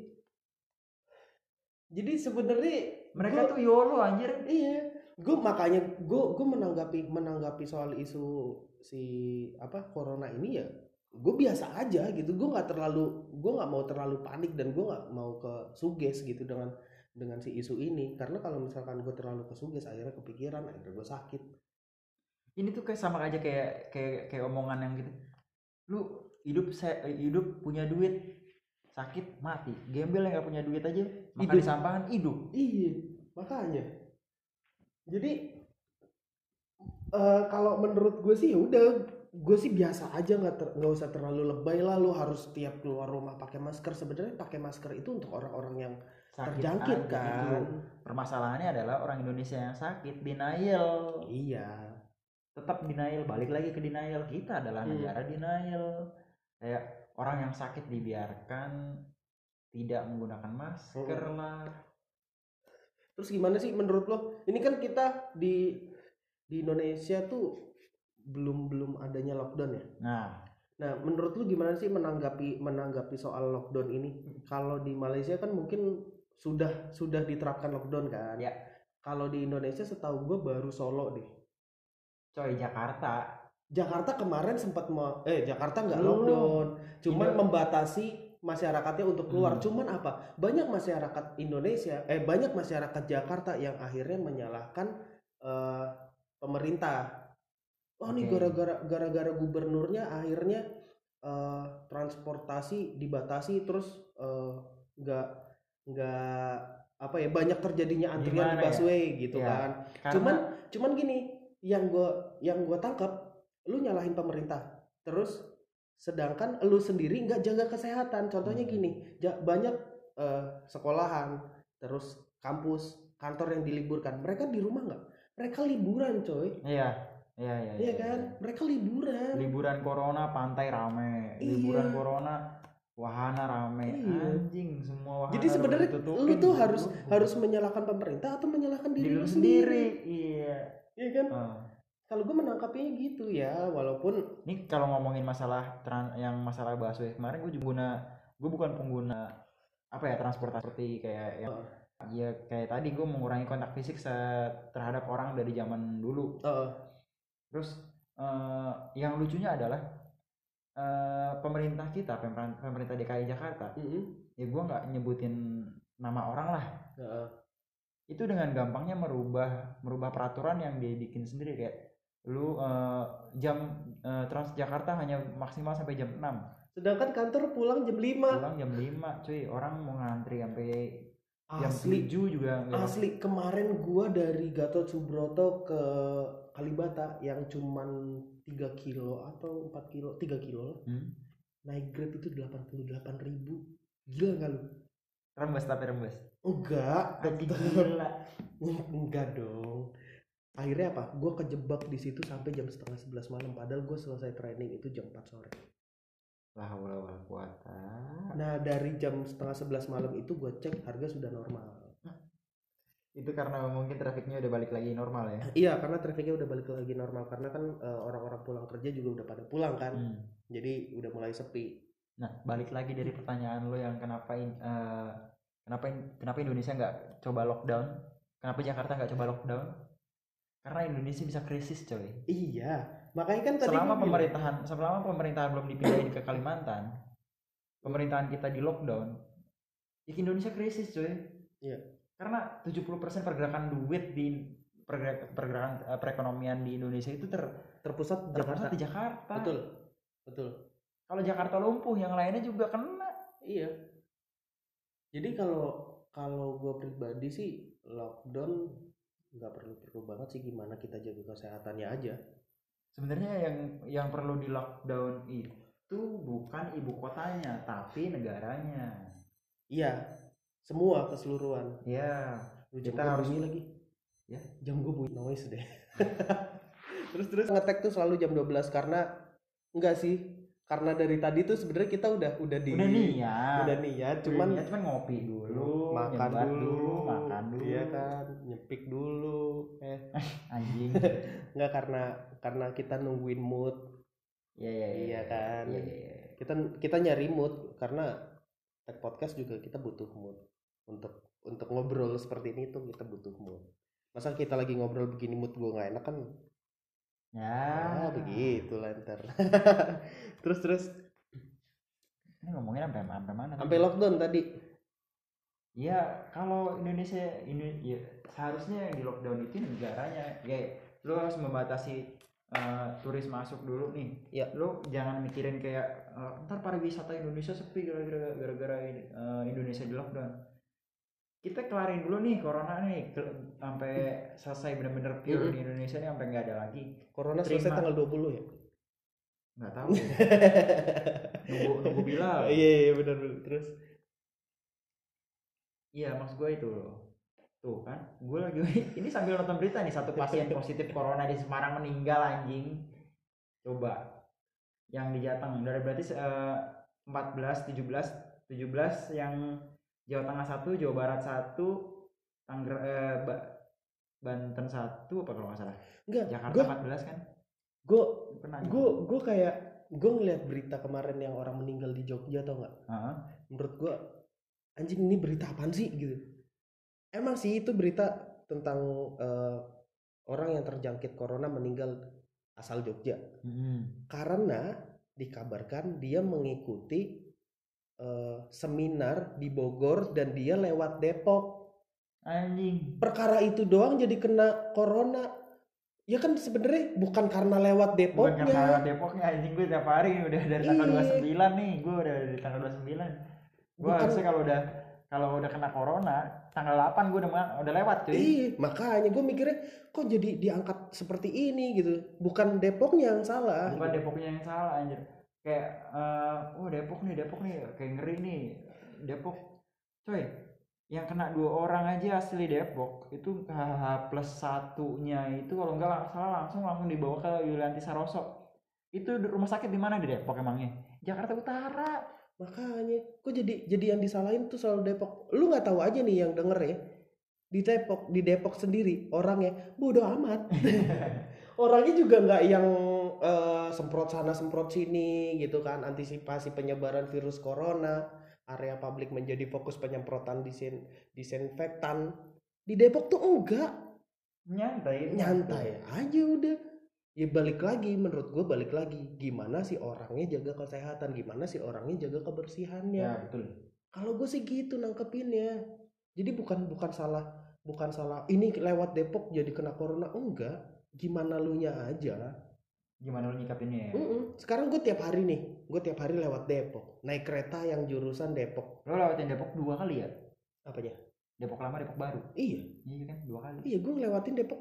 Jadi sebenarnya mereka gua, tuh YOLO anjir. Iya. Gue makanya gue gue menanggapi menanggapi soal isu si apa corona ini ya. Gue biasa aja gitu, gue nggak terlalu gue nggak mau terlalu panik dan gue nggak mau ke suges gitu dengan dengan si isu ini. Karena kalau misalkan gue terlalu kesuges akhirnya kepikiran, akhirnya gue sakit. Ini tuh kayak sama aja kayak kayak kayak omongan yang gitu. Lu hidup saya hidup punya duit, sakit mati. Gembel yang nggak punya duit aja makan Hidup. di sampahan hidup. Iya, makanya. Jadi uh, kalau menurut gue sih ya udah, gue sih biasa aja, nggak ter, nggak usah terlalu lebay lah lu harus tiap keluar rumah pakai masker. Sebenarnya pakai masker itu untuk orang-orang yang Sakit terjangkit aja kan. itu. Permasalahannya adalah orang Indonesia yang sakit denial. Iya. Tetap denial, balik lagi ke denial. Kita adalah Hmm. negara denial. Kayak orang yang sakit dibiarkan tidak menggunakan masker Hmm. lah. Terus gimana sih menurut lo? Ini kan kita di di Indonesia tuh belum belum adanya lockdown ya. Nah, Nah, menurut lu gimana sih menanggapi menanggapi soal lockdown ini? Kalau di Malaysia kan mungkin sudah sudah diterapkan lockdown kan. ya, Kalau di Indonesia setahu gue baru Solo deh. coy, Jakarta. Jakarta kemarin sempat mau eh Jakarta nggak Belum. lockdown, cuman Indo- membatasi masyarakatnya untuk keluar. Hmm. Cuman apa? Banyak masyarakat Indonesia, eh banyak masyarakat Jakarta yang akhirnya menyalahkan eh, pemerintah. Oh nih Oke. gara-gara gara-gara gubernurnya akhirnya eh, transportasi dibatasi, terus eh, nggak nggak apa ya, banyak terjadinya antrian di Gimana ya? busway gitu Ya, kan. karena Cuman cuman gini, yang gue yang gue tangkap, lu nyalahin pemerintah, terus sedangkan lu sendiri nggak jaga kesehatan. Contohnya Hmm. gini, ja- banyak eh, sekolahan, terus kampus, kantor yang diliburkan, mereka di rumah nggak? Mereka liburan coy. iya, iya, iya, Iya kan, mereka liburan. Liburan corona pantai rame, Iya. liburan corona wahana rame. Iya. Anjing, semua wahana Jadi udah sebenarnya ditutupin, lu tuh bro. harus harus menyalahkan pemerintah atau menyalahkan diri, Diri lu lu sendiri. sendiri. Iya. Iya kan? Ah. Kalau gue menangkapnya gitu ya, walaupun Ini kalau ngomongin masalah tran- yang masalah busway kemarin, gue juga guna, gue bukan pengguna apa ya transportasi seperti kayak yang uh, ya kayak tadi gue mengurangi kontak fisik se- terhadap orang dari zaman dulu. uh, Terus eh, yang lucunya adalah eh, pemerintah kita, pemer- pemerintah D K I Jakarta, mm, ya gue nggak nyebutin nama orang lah, uh, itu dengan gampangnya merubah merubah peraturan yang dia bikin sendiri. Kayak lu eh, jam eh, Transjakarta hanya maksimal sampai jam enam, sedangkan kantor pulang jam lima. pulang jam lima, cuy. Orang mau ngantri sampai jam Asli, tujuh juga nggak. asli kemarin gua dari Gatot Subroto ke Kalibata yang cuman tiga kilo atau empat kilo, tiga kilo, Hmm? naik Grab itu delapan puluh delapan ribu. Gila nggak lu? Rembes tapi rembes. Enggak, Anjing tetep. gila. Enggak dong. Akhirnya apa? Gue kejebak di situ sampai jam setengah sebelas malam. Padahal gue selesai training itu jam empat sore. Lah haula wala quwata. Nah dari jam setengah sebelas malam itu gue cek harga sudah normal. Itu karena mungkin trafiknya udah balik lagi normal ya. Iya, karena trafiknya udah balik lagi normal. Karena kan eh, orang-orang pulang kerja juga udah pada pulang kan. Hmm. Jadi udah mulai sepi. Nah, balik lagi dari pertanyaan lo yang kenapa in- eh, kenapa in- kenapa Indonesia nggak coba lockdown? Kenapa Jakarta nggak coba lockdown? Karena Indonesia bisa krisis, coy. Iya, makanya kan tadi Selama gua bilang, pemerintahan selama pemerintahan belum dipindahin ke Kalimantan, pemerintahan kita di lockdown, ya Indonesia krisis, coy. Iya. Karena tujuh puluh persen pergerakan duit di pergerak- pergerakan eh, perekonomian di Indonesia itu ter, terpusat di terpusat Jakarta. di Jakarta. Betul, betul. Kalau Jakarta lumpuh, yang lainnya juga kena. Iya. Jadi kalau kalau gue pribadi sih lockdown nggak perlu perlu banget sih, gimana kita jaga kesehatannya aja. Sebenarnya yang yang perlu di lockdown itu bukan ibu kotanya, tapi negaranya. Iya, semua keseluruhan. Ya, Lu kita jam gua harus bunyi lagi. ya. Jam gue bunyi noise deh. terus terus ngetek tuh selalu jam dua belas karena enggak sih. Karena dari tadi tuh sebenarnya kita udah udah di Udah niat. udah niat, Cuman cuman ya, cuman ngopi dulu, makan nyebat dulu, makan dulu. iya kan, nyepik dulu. Eh, Anjing. enggak karena karena kita nungguin mood. Iya iya iya. Iya kan. Iya iya. iya. Kita kita nyari mood karena tag podcast juga kita butuh mood untuk untuk ngobrol seperti ini tuh kita butuh mood. Masa kita lagi ngobrol begini mood gue nggak enak kan? Ya. Ya begitu lah ntar. terus terus Ini ngomongin sampai sampai mana? sampai lockdown tadi. Ya kalau Indonesia ini ya seharusnya yang di lockdown itu negaranya. Ya lu harus membatasi eh, turis masuk dulu nih. Ya. Lu jangan mikirin kayak eh, ntar pariwisata Indonesia sepi gara-gara gara-gara ini, eh, Indonesia di lockdown. Kita kelarin dulu nih corona nih ke- sampai selesai bener-bener pure Mm-mm. di Indonesia nih sampai nggak ada lagi. Corona Terima. selesai tanggal dua puluh ya? Nggak tahu. nunggu nunggu Bilal. Iya iya benar benar. Terus Iya maksud gue itu loh. Tuh kan, gue lagi ini sambil nonton berita nih satu pasien positif corona di Semarang meninggal anjing. Coba yang di Jateng dari berarti eh, empat belas, tujuh belas, tujuh belas yang Jawa Tengah satu, Jawa Barat satu, Tangger eh, Ba- Banten satu apa kalau nggak salah. enggak, Jakarta gue empat belas kan. gue Pernah gue gue kayak gue ngeliat berita kemarin yang orang meninggal di Jogja tau nggak? Heeh. Menurut gue anjing ini berita apaan sih gitu. Emang sih itu berita tentang eh, orang yang terjangkit corona meninggal asal Jogja. Mm-hmm. Karena dikabarkan dia mengikuti eh, seminar di Bogor dan dia lewat Depok. Anjing. Perkara itu doang jadi kena corona. Ya kan sebenarnya bukan karena lewat Bukan Depoknya. karena Depoknya anjing, gue tiap hari udah dari tanggal Iya. dua puluh sembilan nih, gue udah dari tanggal dua puluh sembilan. Gue Bukan- harusnya kalau udah kalau udah kena corona tanggal delapan gue udah ma- udah lewat cuy. Iya, makanya gue mikirnya kok jadi diangkat seperti ini gitu. Bukan Depoknya yang salah. Bukan gitu. Depoknya yang salah anjir. Kayak eh, oh Depok nih, Depok nih kayak ngeri nih. Depok coy, yang kena dua orang aja asli Depok itu H H plus satunya itu kalau nggak lang- salah langsung langsung dibawa ke Yulianti Saroso. Itu di rumah sakit di mana di Depok emangnya? Jakarta Utara. Makanya kok jadi jadi yang disalahin tuh soal Depok. Lu nggak tahu aja nih yang denger ya. Di Depok, di Depok sendiri orangnya bodoh amat. Orangnya juga nggak yang eh, semprot sana semprot sini gitu kan, antisipasi penyebaran virus corona, area publik menjadi fokus penyemprotan disin disinfektan. Di Depok tuh enggak, Nyantai. nyantai aja udah. Ya balik lagi, menurut gue balik lagi, gimana sih orangnya jaga kesehatan, gimana sih orangnya jaga kebersihannya. Ya betul. Kalau gue sih gitu nangkepinnya. Jadi bukan bukan salah bukan salah ini lewat Depok jadi kena corona, enggak. Gimana lu nya aja. Gimana lu nyikapinnya ya? Mm-mm. Sekarang gue tiap hari nih, gue tiap hari lewat Depok, naik kereta yang jurusan Depok. Lo lewatin Depok dua kali ya? Apanya? Depok lama, Depok baru. Iya, Iya kan dua kali. iya gue ngelewatin Depok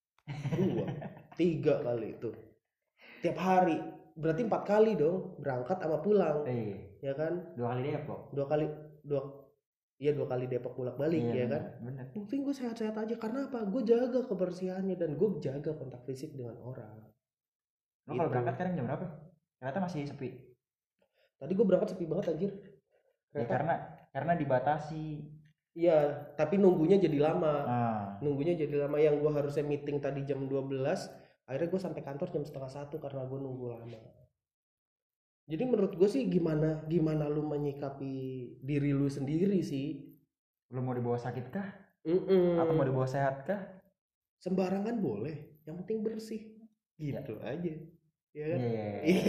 dua, tiga kali itu. Tiap hari, berarti empat kali dong berangkat sama pulang, Eh, ya kan? dua kali Depok. Dua kali, dua, iya dua kali Depok bolak balik, Iya, ya bener, kan? bener. Mungkin gue sehat-sehat aja karena apa? Gue jaga kebersihannya dan gue jaga kontak fisik dengan orang. Lo kalau Gitu. berangkat sekarang jam berapa? Ternyata masih sepi. Tadi gue berangkat sepi banget anjir. Ya Kereta. karena karena dibatasi. Iya, tapi nunggunya jadi lama. Ah, Nunggunya jadi lama, yang gue harusnya meeting tadi jam dua belas, akhirnya gue sampai kantor jam setengah satu karena gue nunggu lama. Jadi menurut gue sih gimana gimana lu menyikapi diri lu sendiri sih. lo mau dibawa sakit kah? Mm-mm. Atau mau dibawa sehat kah? Sembarangan boleh, yang penting bersih. Gitu aja. Ya kan? Iya.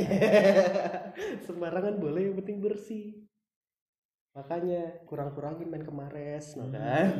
Sembarangan boleh, yang penting bersih. Makanya kurang-kurangin main ke Mares, no kan?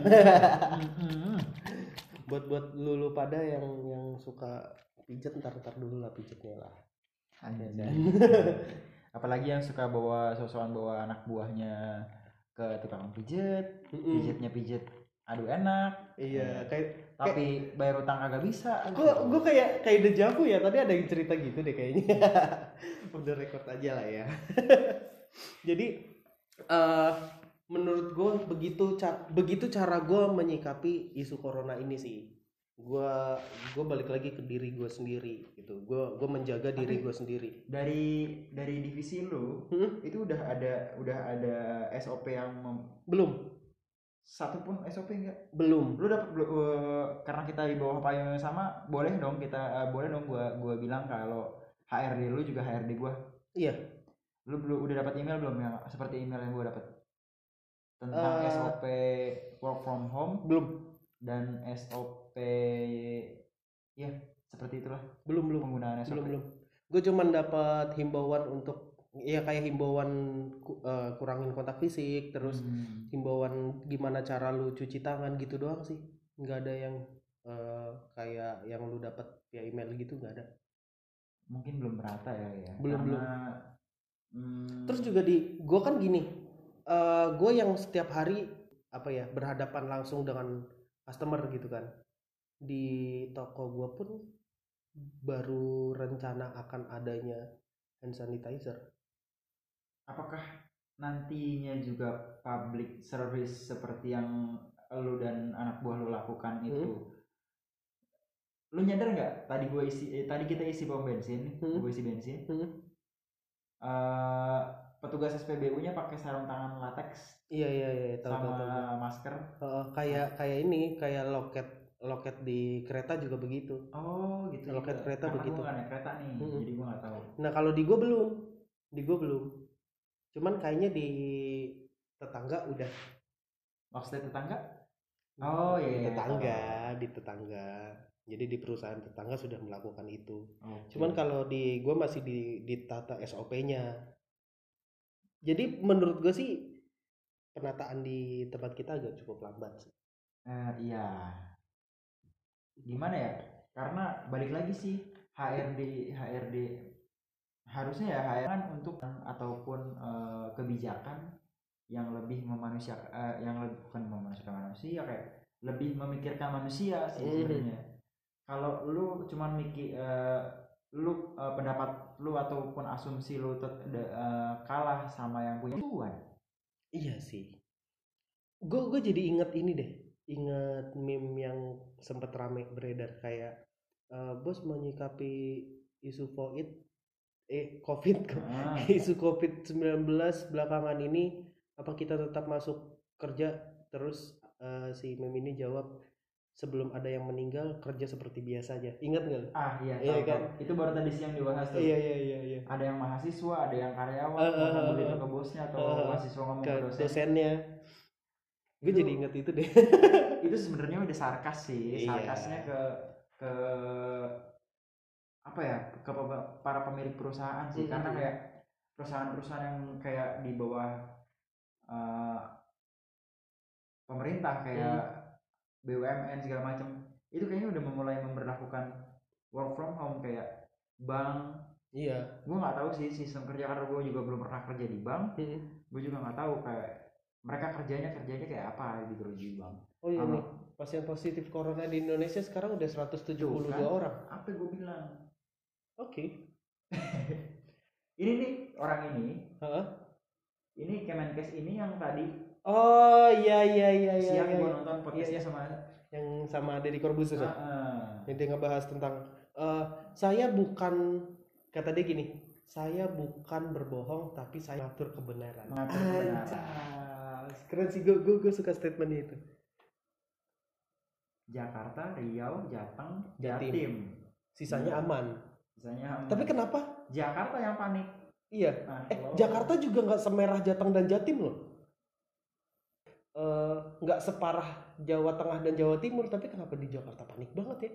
buat buat lulu pada yang yang suka pijet, ntar ntar dulu lah pijetnya lah. Anjing. Apalagi yang suka bawa sosokan bawa anak buahnya ke tukang pijet, Mm-mm. pijetnya pijet, aduh enak. Iya, kayak Tapi bayar utang agak bisa. gue gue kayak kayak dejavu ya, tadi ada yang cerita gitu deh kayaknya. Udah record aja lah ya. Jadi eh menurut gue begitu ca- begitu cara gue menyikapi isu corona ini sih. Gue gue balik lagi ke diri gue sendiri gitu. Gue gue menjaga diri Tapi- gue sendiri. Dari dari divisi lu Hmm? itu udah ada udah ada S O P yang mem- Belum, satu pun S O P enggak? belum. Lu dapat uh, karena kita di bawah payung yang sama, boleh dong kita uh, boleh dong gua gua bilang kalau H R D lu juga H R D gua. Iya. Lu belum udah dapat email belum yang seperti email yang gua dapat tentang Eh. S O P work from home Belum, dan S O P ya seperti itulah belum, belum. penggunaan S O P. Belum, belum. Gue cuman dapat himbauan untuk Iya kayak himbauan ku- eh, kurangin kontak fisik, terus Hmm. himbauan gimana cara lu cuci tangan gitu doang sih. Nggak ada yang eh, kayak yang lu dapat via email gitu, nggak ada. Mungkin belum merata ya ya. Belum, Karena belum. hmm, Terus juga di gue kan gini, eh gue yang setiap hari apa ya berhadapan langsung dengan customer gitu kan. Di toko gue pun baru rencana akan adanya hand sanitizer. apakah nantinya juga public service seperti yang lu dan anak buah lu lakukan itu? Lu nyadar nggak tadi gue isi eh, tadi kita isi pom bensin, Hmm. gue isi bensin. Hmm. eh petugas S P B U-nya pakai sarung tangan latex Iya iya iya tahu sama tahu tahu. gua. masker. Heeh, kayak kayak ini kayak loket loket di kereta juga begitu. Oh gitu Loket juga. kereta Karena begitu. gue nggak naik kereta nih, Mm-mm. jadi gue nggak tahu. Nah kalau di gue belum, di gue belum. Cuman kayaknya di tetangga udah. Maksudnya tetangga? Oh Di iya, iya, tetangga, tahu. di tetangga. Jadi di perusahaan tetangga sudah melakukan itu. Oke. Cuman kalau di gue masih di ditata S O P-nya. Jadi menurut gue sih penataan di tempat kita agak cukup lambat sih. Eh, iya. Gimana ya? Karena balik lagi sih H R D H R D harusnya ya H R kan untuk ataupun eh, kebijakan yang lebih memanusiakan eh, yang lebih bukan memanusiakan manusia kayak lebih memikirkan manusia sih Mhm. sebenarnya. Kalau lu cuman mikir eh, lu eh, pendapat lu ataupun asumsi lu tet- de- eh, kalah sama yang punya tuan. Iya sih. Gue gue jadi inget ini deh, inget meme yang sempet rame beredar kayak eh, bos menyikapi isu COVID, eh COVID, Ah, isu COVID sembilan belas belakangan ini, apa kita tetap masuk kerja? Terus eh, si meme ini jawab sebelum ada yang meninggal kerja seperti biasa aja. Ingat nggak? lu? ah iya Iya tahu, kan? tahu. Itu baru tadi siang dibahas tuh. Iya iya iya iya. Ada yang mahasiswa, ada yang karyawan Eh, eh, ngomong eh, begitu eh. ke bosnya atau Eh, mahasiswa ngomong ke ke dosen. dosennya. Gue Itu- jadi inget itu deh. Itu sebenarnya udah sarkas sih, Iya. sarkasnya ke ke apa ya ke pe- para pemilik perusahaan sih, Mhm. karena kayak perusahaan-perusahaan yang kayak di bawah eh, pemerintah kayak B U M N segala macam itu kayaknya udah memulai memberlakukan work from home kayak bank. Iya. Gue nggak tahu sih sistem kerja karena gue juga belum pernah kerja di bank. Mhm. Gue juga nggak tahu kayak mereka kerjanya kerjanya kayak apa gitu loh di bank. Oh iya Sama- nih, pasien positif corona di Indonesia sekarang udah seratus tujuh puluh dua Tuh, kan? orang. Apa gue bilang? Oke. Ini nih orang ini, Heeh. ini Kemenkes ini yang tadi Oh iya iya iya iya. siang iya, gue iya. nonton podcastnya Iya, iya. sama Yang sama Deddy Corbuzier. Ah, ah. Yang dia ngebahas tentang eh, saya bukan, kata dia gini, saya bukan berbohong tapi saya mengatur kebenaran. Mengatur kebenaran. Anjas. Keren sih, gue gue gue suka statementnya itu. Jakarta, Riau, Jateng, Jatim. Jatim. Sisanya aman. Misalnya Tapi kenapa? Jakarta yang panik. Iya. Nah, Eh, kalau- Jakarta juga nggak semerah Jateng dan Jatim loh. Eh, nggak separah Jawa Tengah dan Jawa Timur, tapi kenapa di Jakarta panik banget ya?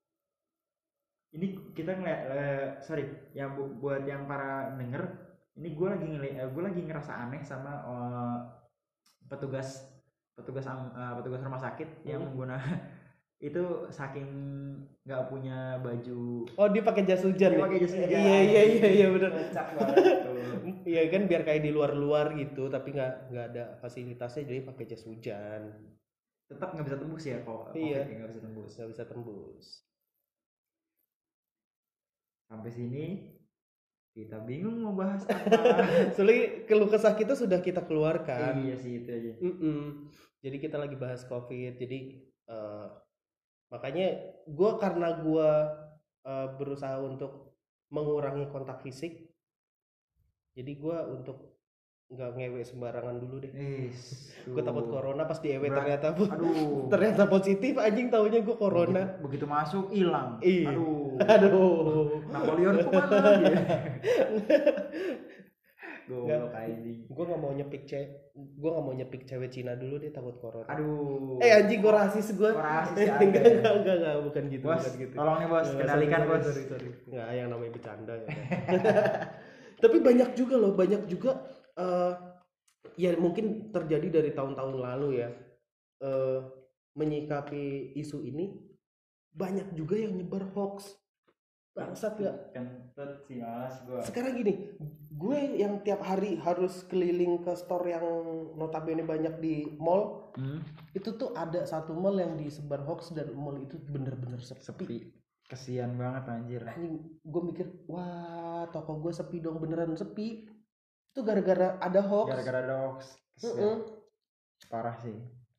Ini kita ngeliat, eh, sorry, yang bu- buat yang para denger, ini gue lagi ngeliat, eh, gue lagi ngerasa aneh sama eh, petugas petugas am- eh, petugas rumah sakit yang Hmm. menggunakan itu saking nggak punya baju. Oh, dia pakai jas hujan Dia ya? pakai jas hujan. Iya iya iya iya benar. Kocak banget tuh. Iya kan biar kayak di luar-luar gitu, tapi nggak nggak ada fasilitasnya jadi pakai jas hujan. Tetap nggak bisa tembus ya kok. Iya. Covid nggak bisa tembus. Nggak bisa tembus. Sampai sini kita bingung mau bahas apa. Soalnya keluh kesah kita sudah kita keluarkan. Iya sih itu aja. Mm-mm. Jadi kita lagi bahas COVID. Jadi eh, makanya gue karena gue eh, berusaha untuk mengurangi kontak fisik. Jadi gue untuk nggak ngewe sembarangan dulu deh. Is, Gue takut corona pas di E W Berat. ternyata Aduh. ternyata positif, anjing taunya gue corona. Begitu, begitu masuk hilang. Iya. Aduh. Aduh. Napoleon kemana dia? Goblok Nggak. anjing. Gue nggak mau nyepik cewek, gue nggak mau nyepik cewek Cina dulu deh, takut corona. Aduh. Eh anjing, gue rasis gue. Gua rasis ya, enggak, Anda. enggak, enggak, enggak, bukan gitu, Bos, bukan gitu. tolong nih bos, Nggak, kendalikan sorry, bos. sorry, sorry, sorry. Nggak, yang namanya bercanda ya. Tapi banyak juga loh, banyak juga eh, ya mungkin terjadi dari tahun-tahun lalu ya, eh, menyikapi isu ini banyak juga yang nyebar hoax. Bangsat ya. Kentut sih malas gue. Sekarang gini, gue yang tiap hari harus keliling ke store yang notabene banyak di mall, Hmm? itu tuh ada satu mall yang disebar hoax dan mall itu bener-bener sepi. Sepi. Kesian banget anjir. Anjing, gue mikir, wah toko gue sepi dong, beneran sepi. Itu gara-gara ada hoax. Gara-gara ada hoax. Kesian. Mm-mm. Parah sih.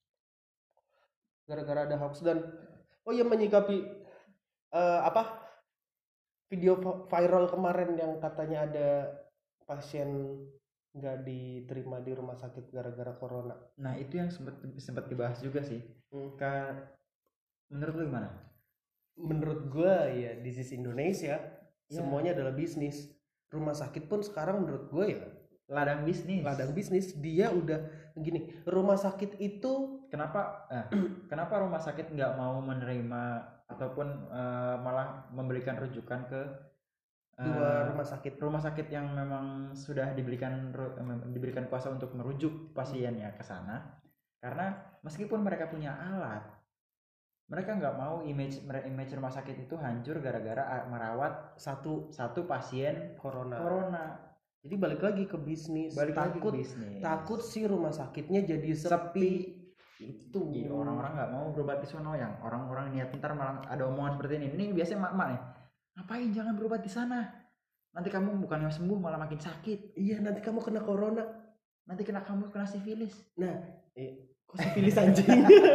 Gara-gara ada hoax. Dan oh ya, menyikapi eh, apa video vi- viral kemarin yang katanya ada pasien nggak diterima di rumah sakit gara-gara corona. Nah itu yang sempat sempat dibahas juga sih. Hmm. Ka- menurut lu gimana? Menurut gue ya, this is Indonesia, Ya. semuanya adalah bisnis. Rumah sakit pun sekarang menurut gue ya Ladang bisnis. ladang bisnis. Dia udah gini, rumah sakit itu Kenapa? Eh, kenapa rumah sakit nggak mau menerima ataupun eh, malah memberikan rujukan ke eh, dua rumah sakit. rumah sakit yang memang sudah diberikan ru- em, diberikan kuasa untuk merujuk pasiennya ke sana? Karena meskipun mereka punya alat, mereka nggak mau image image rumah sakit itu hancur gara-gara a- merawat Satu satu pasien corona. corona. Jadi balik lagi ke bisnis. Balik lagi ke takut bisnis. takut si rumah sakitnya jadi sepi. Itu Iya, orang-orang nggak mau berobat di sono, yang orang-orang niat ntar malah ada omongan seperti ini. Ini biasanya mak-mak nih. Ngapain jangan berobat di sana? Nanti kamu bukannya sembuh malah makin sakit. Iya, nanti kamu kena corona. Nanti kena kamu kena sifilis. Nah, eh, kok sipilis anjing?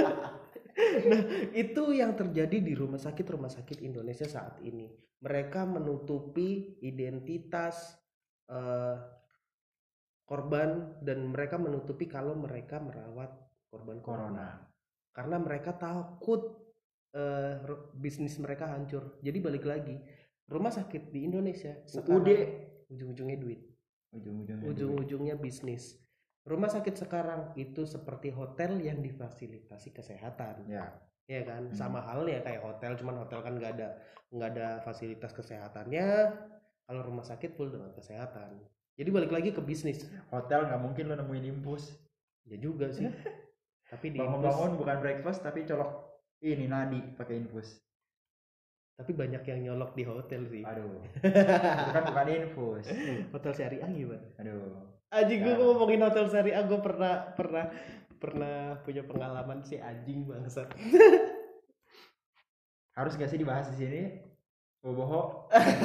Nah, itu yang terjadi di rumah sakit-rumah sakit Indonesia saat ini. Mereka menutupi identitas eh, korban dan mereka menutupi kalau mereka merawat korban corona. Karena mereka takut eh, ru- bisnis mereka hancur. Jadi balik lagi, rumah sakit di Indonesia sekarang U D. ujung-ujungnya duit, Ujung-ujungnya. ujung-ujungnya bisnis. Rumah sakit sekarang itu seperti hotel yang difasilitasi kesehatan. Ya. Ya kan, Hmm. sama halnya kayak hotel, cuman hotel kan nggak ada nggak ada fasilitas kesehatannya. Kalau rumah sakit full dengan kesehatan. Jadi balik lagi ke bisnis. Hotel nggak mungkin lo nemuin infus. Ya juga sih. Tapi di infus, Bangun-bangun bukan breakfast tapi colok ini nadi pakai infus. tapi banyak yang nyolok di hotel sih. Aduh. Itu kan bukan infus. Hotel syariah gimana? Aduh. Anjing, gue Ya. ngomongin hotel syariah, gue pernah pernah pernah punya pengalaman sih anjing bangsat. Harus gak sih dibahas di sini? Boboho.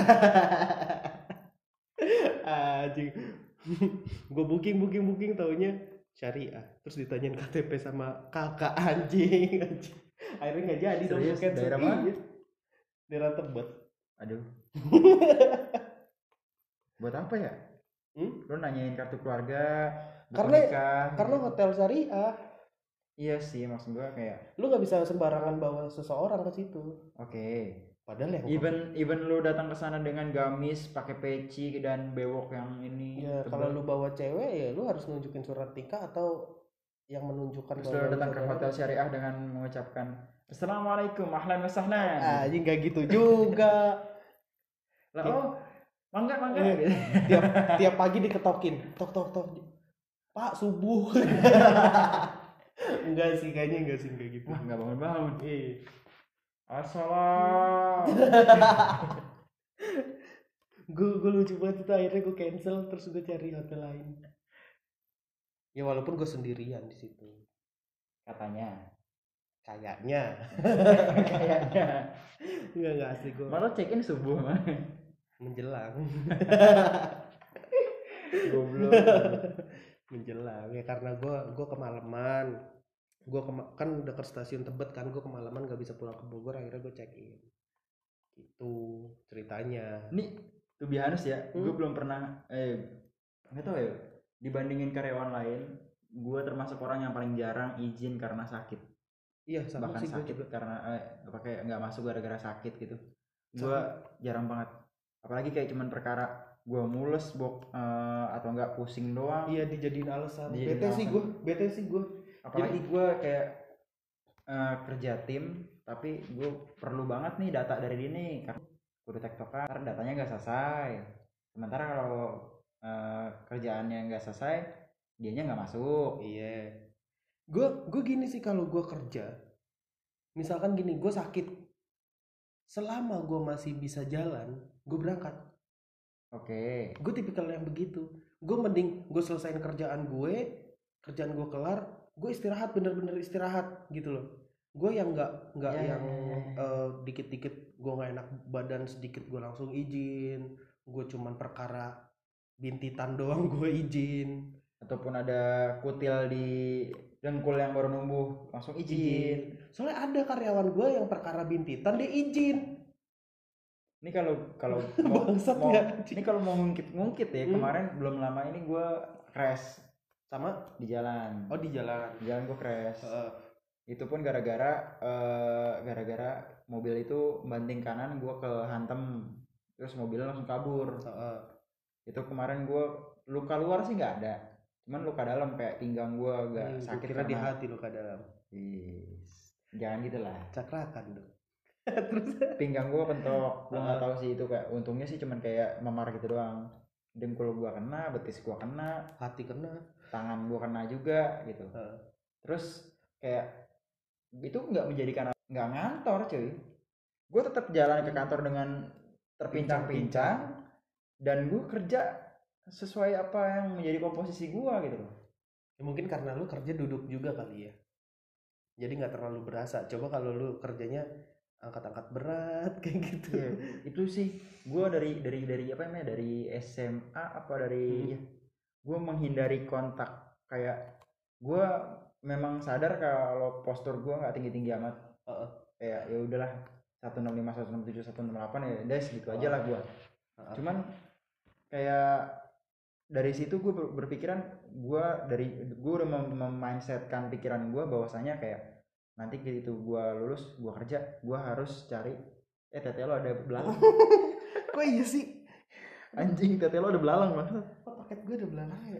Anjing. Gue booking booking booking taunya syariah. Terus ditanyain K T P sama kakak anjing. Anjing. Akhirnya nggak jadi dong. Serius? Cancel. Daerah mana? Iya. Daerah Tebet. Aduh. Buat apa ya? Hmm? Lo nanyain kartu keluarga, buku Karena- nikah, Karena gitu. hotel syariah, Iya sih, maksud gua kayak lu nggak bisa sembarangan bawa seseorang ke situ. oke. Padahal yang Even even lu datang ke sana dengan gamis, pakai peci dan bewok yang ini. ya tebal. kalau lu bawa cewek ya lu harus nunjukin surat nikah atau yang menunjukkan Terus lu datang ke saudara- hotel syariah dengan mengucapkan Assalamualaikum, ahlan wa sahlan. Anjing nggak gitu juga. Lah oh, mangga mangga. Iya. Gitu. tiap tiap pagi diketokin, tok tok tok, Pak subuh. Enggak sih, kayaknya enggak sih, enggak gitu. Wah, enggak bangun-bangun. Eh, Assalam. gue gue lucu banget itu, akhirnya gue cancel terus gue cari hotel lain. Ya walaupun gue sendirian di situ, Katanya. kayaknya. Kayaknya. Enggak enggak asli gue Malah check-in subuh mah. menjelang. Goblok. Menjelang ya, karena gue gue kemalaman. Gue kema- kan dekat stasiun Tebet kan, gue kemalaman gak bisa pulang ke Bogor, akhirnya gue check in. Itu ceritanya. Nih, to be honest ya, Hmm. gue belum pernah eh nggak tahu ya, dibandingin karyawan lain, gue termasuk orang yang paling jarang izin karena sakit. Iya sama Bahkan sih gue sakit juga. karena eh, pakai nggak masuk gara-gara sakit gitu. Gue jarang banget. Apalagi kayak cuman perkara gue mules bok eh, atau enggak pusing doang. Iya dijadiin alasan. Dijadiin Bete sih alasan. gue, bete sih gue. Apalagi gue kayak eh, kerja tim, tapi gue perlu banget nih data dari ini karena kudu tektokan, karena datanya nggak selesai. Sementara kalau uh, kerjaannya nggak selesai, dianya nggak masuk. Iya. Gue gue gini sih kalau gue kerja, misalkan gini, gue sakit, selama gue masih bisa jalan, gue berangkat. Oke. Okay. Gue tipikal yang begitu. Gue mending gue selesain kerjaan gue, kerjaan gue kelar, gue istirahat, bener-bener istirahat gitu loh. Gue yang nggak nggak yeah, yang yeah, yeah. Uh, dikit-dikit gue nggak enak badan sedikit gue langsung izin. Gue cuman perkara bintitan doang gue izin. Ataupun ada kutil di dengkul yang baru numbuh langsung izin. izin. Soalnya ada karyawan gue yang perkara bintitan dia izin. Ini kalau kalau mau, mau ini kalau mau ngungkit-ngungkit ya, hmm. kemarin belum lama ini gue crash sama di jalan. Oh, di jalan. Di jalan gue crash. Uh. Itu pun gara-gara uh, gara-gara mobil itu banting kanan, gue kehantem, terus mobilnya langsung kabur. Uh. Itu kemarin gue luka luar sih nggak ada, cuman luka dalam kayak pinggang gue agak hmm, sakit. Kira karena... di hati luka dalam. Yes. Jangan gitulah. Cakrakan dong. Terus pinggang gue pentok, gue nggak uh. tahu sih itu kayak, untungnya sih cuman kayak memar gitu doang. Dengkul gue kena, betis gue kena, hati kena, tangan gue kena juga gitu. Uh. Terus kayak itu nggak menjadikan nggak ngantor cuy, gue tetap jalan ke kantor dengan terpincang-pincang dan gue kerja sesuai apa yang menjadi komposisi gue gitu loh. Ya, mungkin karena lu kerja duduk juga kali ya, jadi nggak terlalu berasa. Coba kalau lu kerjanya angkat-angkat berat kayak gitu. Ya, itu sih gue dari dari dari apa namanya dari S M A apa dari hmm. ya, gue menghindari kontak. Kayak gue memang sadar kalau postur gue nggak tinggi-tinggi amat. Uh-uh. Kayak ya udahlah seratus enam puluh lima, seratus enam puluh tujuh, seratus enam puluh delapan ya udah segitu uh-uh. aja lah gue. Uh-uh. Cuman kayak dari situ gue berpikiran, gue dari gue udah mem-mindsetkan pikiran gue bahwasanya kayak nanti gitu gue lulus, gue kerja, gue harus cari eh tete lo ada belalang. Kok iya sih anjing, tete lo ada belalang banget. Oh, paket gue ada belalang ya.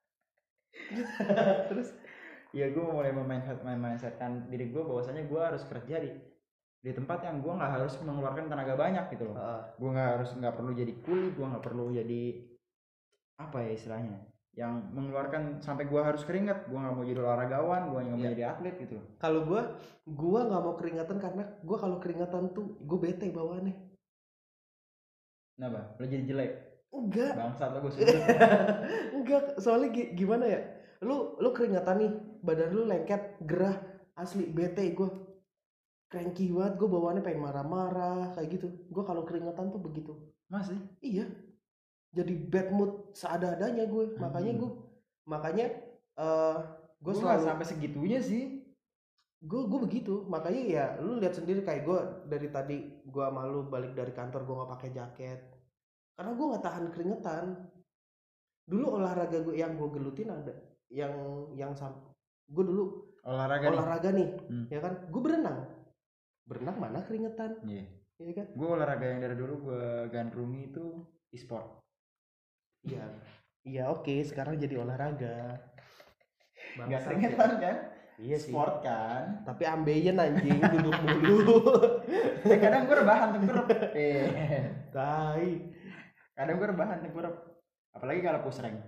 Terus ya gue mulai memainsetkan diri gue bahwasanya gue harus kerja di di tempat yang gue nggak harus mengeluarkan tenaga banyak gitu loh. Uh. Gue nggak harus nggak perlu jadi kuli, gue nggak perlu jadi apa ya istilahnya yang mengeluarkan sampai gue harus keringat. Gue nggak mau jadi olahragawan, gue nggak mau yeah. jadi atlet gitu. Kalau gue gue nggak mau keringatan karena gue kalau keringatan tuh gue bete bawaannya. Kenapa? Lo jadi jelek? Enggak. Bangsat lo gue sudah. Enggak, soalnya g- gimana ya? Lu lu keringatan nih, badan lu lengket, gerah, asli bete gue. Cranky banget, gue bawaannya pengen marah-marah kayak gitu. Gue kalau keringatan tuh begitu. Masih? Iya. Jadi bad mood seada-adanya gue. Hmm. Makanya gue makanya uh, gue selalu sampai segitunya sih. Gue gue begitu. Makanya ya lu lihat sendiri kayak gue dari tadi gue malu balik dari kantor gue nggak pakai jaket. Karena gue nggak tahan keringetan. Dulu olahraga gue yang gue gelutin ada yang yang sam gue dulu olahraga olahraga nih, nih hmm. ya kan gue berenang berenang mana keringetan iya yeah. kan gue olahraga yang dari dulu gue gandrungi itu e-sport. Iya iya oke okay. Sekarang jadi olahraga nggak keringetan kan iya sport sih. Kan tapi ambeien anjing duduk mulu. eh, kadang gue rebahan tengkurap eh tai kadang gue rebahan tengkurap apalagi kalau push rank.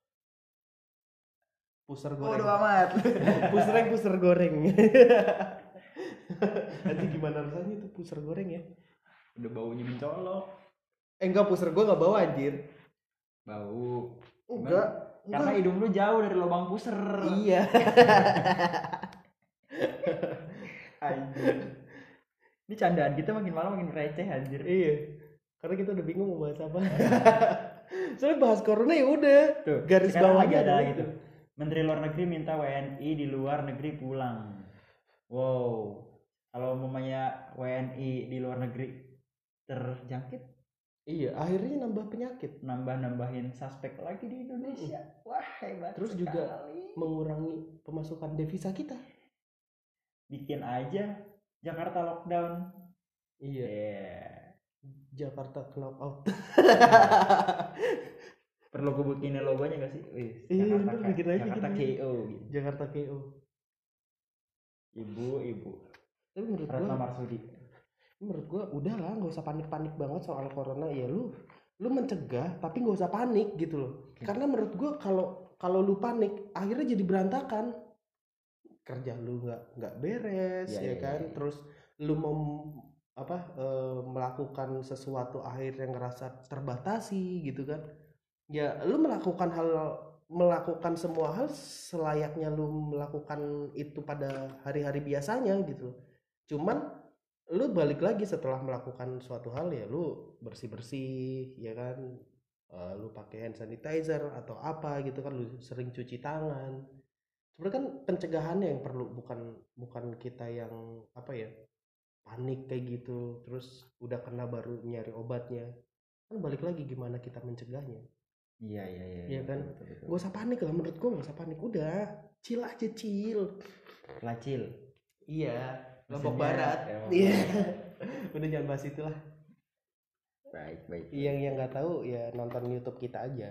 Puser goreng. Bodo amat. Puser puser goreng. Nanti gimana rasanya tuh puser goreng ya? Udah baunya mencolok. Eh enggak, puser gua enggak bau anjir. Bau. Enggak. Karena hidung lu jauh dari lubang puser. Iya. Anjir. Ini candaan kita makin malam makin receh anjir. Iya. Karena kita udah bingung mau bahas apa. Soalnya bahas corona ya udah. Tuh, garis bawah lagi ada gitu. Menteri Luar Negeri minta W N I di luar negeri pulang. Wow. Kalau umpamanya W N I di luar negeri terjangkit, iya, akhirnya nambah penyakit, nambah-nambahin suspek lagi di Indonesia. Wah, hebat. Terus sekali. Juga mengurangi pemasukan devisa kita. Bikin aja Jakarta lockdown. Iya. Yeah. Jakarta clock out. Perlu gue bikinin logonya gak sih? Wih, iya, Jakarta, bikin aja, Jakarta bikin K O gitu. Jakarta K O. Ibu, ibu. Tapi menurut Retno gua Marsudi. Menurut gua udahlah, enggak usah panik-panik banget soal corona. Ya lu lu mencegah tapi nggak usah panik gitu loh. Oke. Karena menurut gue kalau kalau lu panik akhirnya jadi berantakan, kerja lu nggak nggak beres Iya, ya iya, kan. iya, iya. Terus lu mau apa eh, melakukan sesuatu akhirnya ngerasa terbatasi gitu kan. Ya lu melakukan hal melakukan semua hal selayaknya lu melakukan itu pada hari-hari biasanya gitu. Cuman lu balik lagi setelah melakukan suatu hal ya lu bersih-bersih ya kan. Eh, lu pakai hand sanitizer atau apa gitu kan, lu sering cuci tangan. Sebenarnya kan pencegahannya yang perlu, bukan bukan kita yang apa ya panik kayak gitu terus udah kena baru nyari obatnya. Kan balik lagi gimana kita mencegahnya. Iya, iya, iya, Iya kan, betul, betul, betul. gak usah panik lah menurut gue, gak usah panik, udah chill aja chill. Lacil. Iya, Lombok Mesinnya, Barat. ya, Lombok Iya. Barat. Udah jangan bahas itu lah. Baik, baik. Yang yang nggak tahu ya nonton YouTube kita aja.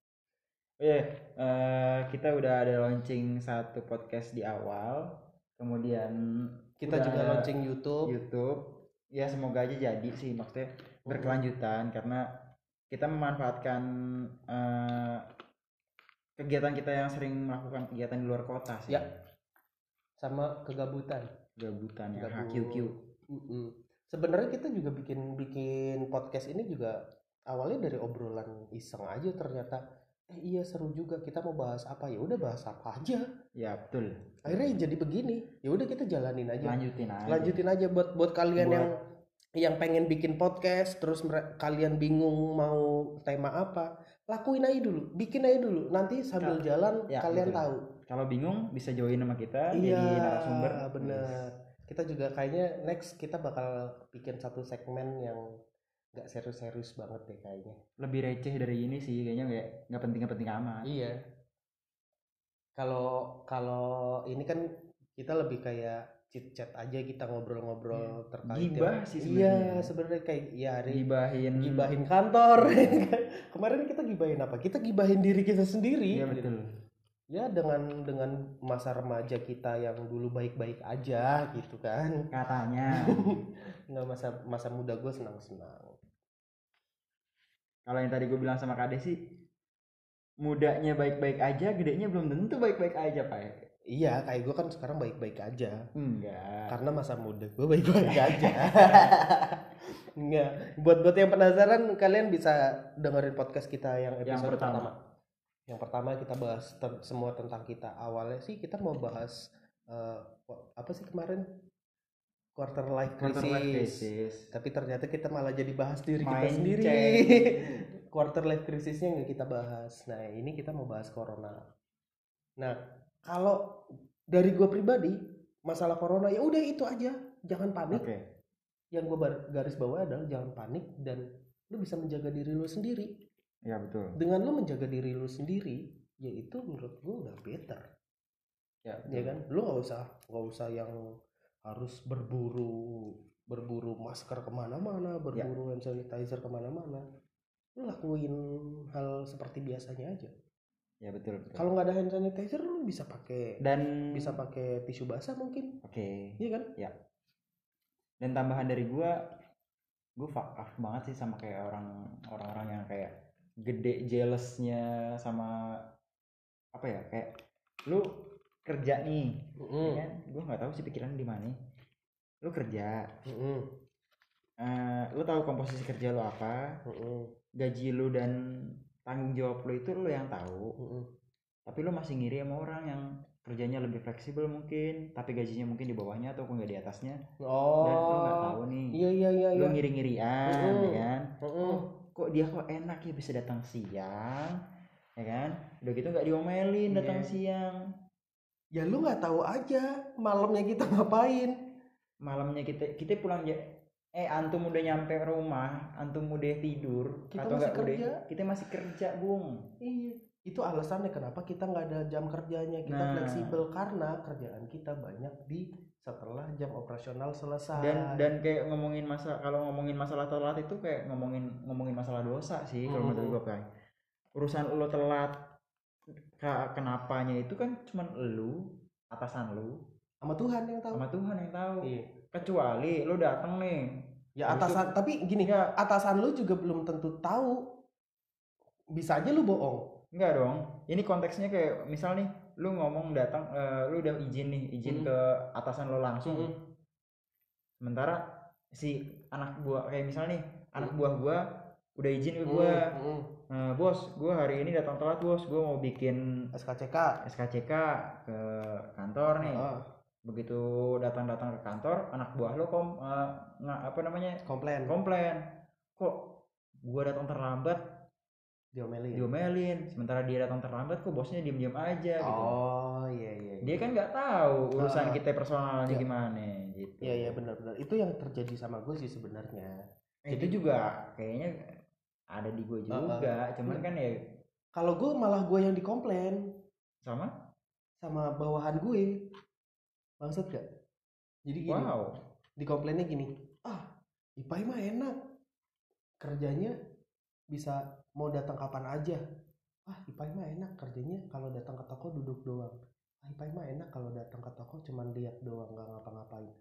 Oh iya, eh, kita udah ada launching satu podcast di awal, kemudian Kita udah juga ada launching YouTube. YouTube. Ya semoga aja jadi sih, maksudnya berkelanjutan karena kita memanfaatkan eh, kegiatan kita yang sering melakukan kegiatan di luar kota sih. Ya. Sama kegabutan. Gabutan ya, Gabut. H Q Q. Mm-mm. Sebenarnya kita juga bikin bikin podcast ini juga awalnya dari obrolan iseng aja, ternyata eh iya seru juga, kita mau bahas apa, ya udah bahas apa aja. Ya betul. Akhirnya jadi begini, ya udah kita jalanin aja. Lanjutin aja. Lanjutin aja buat buat kalian Buat- yang yang pengen bikin podcast terus mere- kalian bingung mau tema apa, lakuin aja dulu, bikin aja dulu, nanti sambil Ka- jalan ya, kalian betul. tahu. Kalau bingung bisa join sama kita Iya, jadi narasumber. bener. Kita juga kayaknya next kita bakal bikin satu segmen yang nggak serius-serius banget deh kayaknya. Lebih receh dari ini sih kayaknya, nggak nggak penting-penting amat. Iya. Kalau kalau ini kan kita lebih kayak chit chat aja, kita ngobrol-ngobrol terkait Gibah yang- sih Iya, sebenarnya. sebenarnya kayak ya hari Gibahin. gibahin kantor. Kemarin kita gibahin apa? Kita gibahin diri kita sendiri. Iya betul. Ya dengan dengan masa remaja kita yang dulu baik-baik aja gitu kan. Katanya. Nggak, masa masa muda gue senang-senang. Kalau yang tadi gue bilang sama Kade sih, mudanya baik-baik aja, gedenya belum tentu baik-baik aja, Pak. Iya, kayak gue kan sekarang baik-baik aja. Enggak. Karena masa muda gue baik-baik aja. Enggak. Buat buat yang penasaran, kalian bisa dengerin podcast kita yang Yang episode pertama. pertama. Yang pertama kita bahas ter- semua tentang kita. Awalnya sih kita mau bahas eh, apa sih kemarin? Quarter life crisis. Quarter life crisis. Tapi ternyata kita malah jadi bahas diri kita Main sendiri. chat. Quarter life crisisnya nggak kita bahas. Nah ini kita mau bahas corona. Nah kalau dari gue pribadi masalah corona ya udah itu aja, jangan panik. Oke. Yang gue garis bawah adalah jangan panik dan lu bisa menjaga diri lu sendiri. Ya betul. Dengan lu menjaga diri lu sendiri, yaitu menurut gue udah better. Ya, Ya kan, lu nggak usah nggak usah yang harus berburu berburu masker kemana-mana, berburu hand sanitizer kemana-mana. Lu lakuin hal seperti biasanya aja. Ya betul, betul. Kalau nggak ada hand sanitizer, lu bisa pakai Dan bisa pakai tisu basah mungkin. Oke. Iya kan? Ya. Dan tambahan dari gua, gua fuck off banget sih sama kayak orang orang-orang yang kayak gede jealousnya sama apa ya, kayak lu kerja nih, Mm-mm. ya kan? Gua nggak tahu sih pikiran di mana. Lu kerja, Mm-mm. eh, lu tahu komposisi kerja lu apa, Mm-mm. gaji lu dan tanggung jawab lu itu lu yang tahu. Mm-mm. Tapi lu masih ngiri sama orang yang kerjanya lebih fleksibel mungkin, tapi gajinya mungkin di bawahnya atau nggak di atasnya. Oh. Dan lu nggak tahu nih. Iya iya iya. Lu iya. ngiri-ngirian, Mm-mm. ya kan? Mm-mm. Kok dia kok enak ya bisa datang siang, ya kan? Udah gitu nggak diomelin datang Iya. siang. Ya lu nggak tahu aja malamnya kita ngapain. Malamnya kita kita pulang ya. Eh antum udah nyampe rumah, antum udah tidur, Kita atau masih nggak udah? kerja. Kita masih kerja, Bung. Iya. Itu alasannya kenapa kita nggak ada jam kerjanya, kita Nah. fleksibel karena kerjaan kita banyak di setelah jam operasional selesai. Dan dan kayak ngomongin masa kalau ngomongin masalah telat itu kayak ngomongin ngomongin masalah dosa sih kalau Hmm. menurut gua, Pak. Urusan lo telat ka- kenapanya itu kan cuman lu, atasan lu, sama Tuhan yang tahu. sama Tuhan yang tahu. Iya. Kecuali lu datang nih. Ya Habis atasan, tapi gini, Ya. atasan lu juga belum tentu tahu bisa aja lu bohong. Enggak dong. Ini konteksnya kayak misal nih, lu ngomong datang, uh, lu udah izin nih, izin hmm. ke atasan lo langsung. Hmm. Sementara si anak buah kayak misal nih, hmm. anak buah gua udah izin ke gua. Hmm. Hmm. Nah, bos, gua hari ini datang telat, bos. Gua mau bikin S K C K, S K C K ke kantor nih. Uh. Begitu datang-datang ke kantor, anak buah lo kom uh, nggak apa namanya? komplain. Komplain. Kok gua datang terlambat? diomelin diomelin sementara dia datang terlambat kok bosnya diem-diem aja gitu. Oh iya iya, iya. Dia kan nggak tahu urusan uh, kita personalnya iya. gimana gitu. Iya iya benar-benar itu yang terjadi sama gue sih sebenarnya. Eh, Jadi itu juga kayaknya ada di gue juga, uh, uh. cuman kan ya kalau gue malah gue yang dikomplain sama sama bawahan gue. Maksud gak? Jadi gini. Wow. Dikomplainnya gini. Ah, Ipai mah enak. Kerjanya bisa mau datang kapan aja. Ah, Ipai mah enak kerjanya kalau datang ke toko duduk doang. Ah, Ipai mah enak kalau datang ke toko cuman lihat doang, nggak ngapa-ngapain.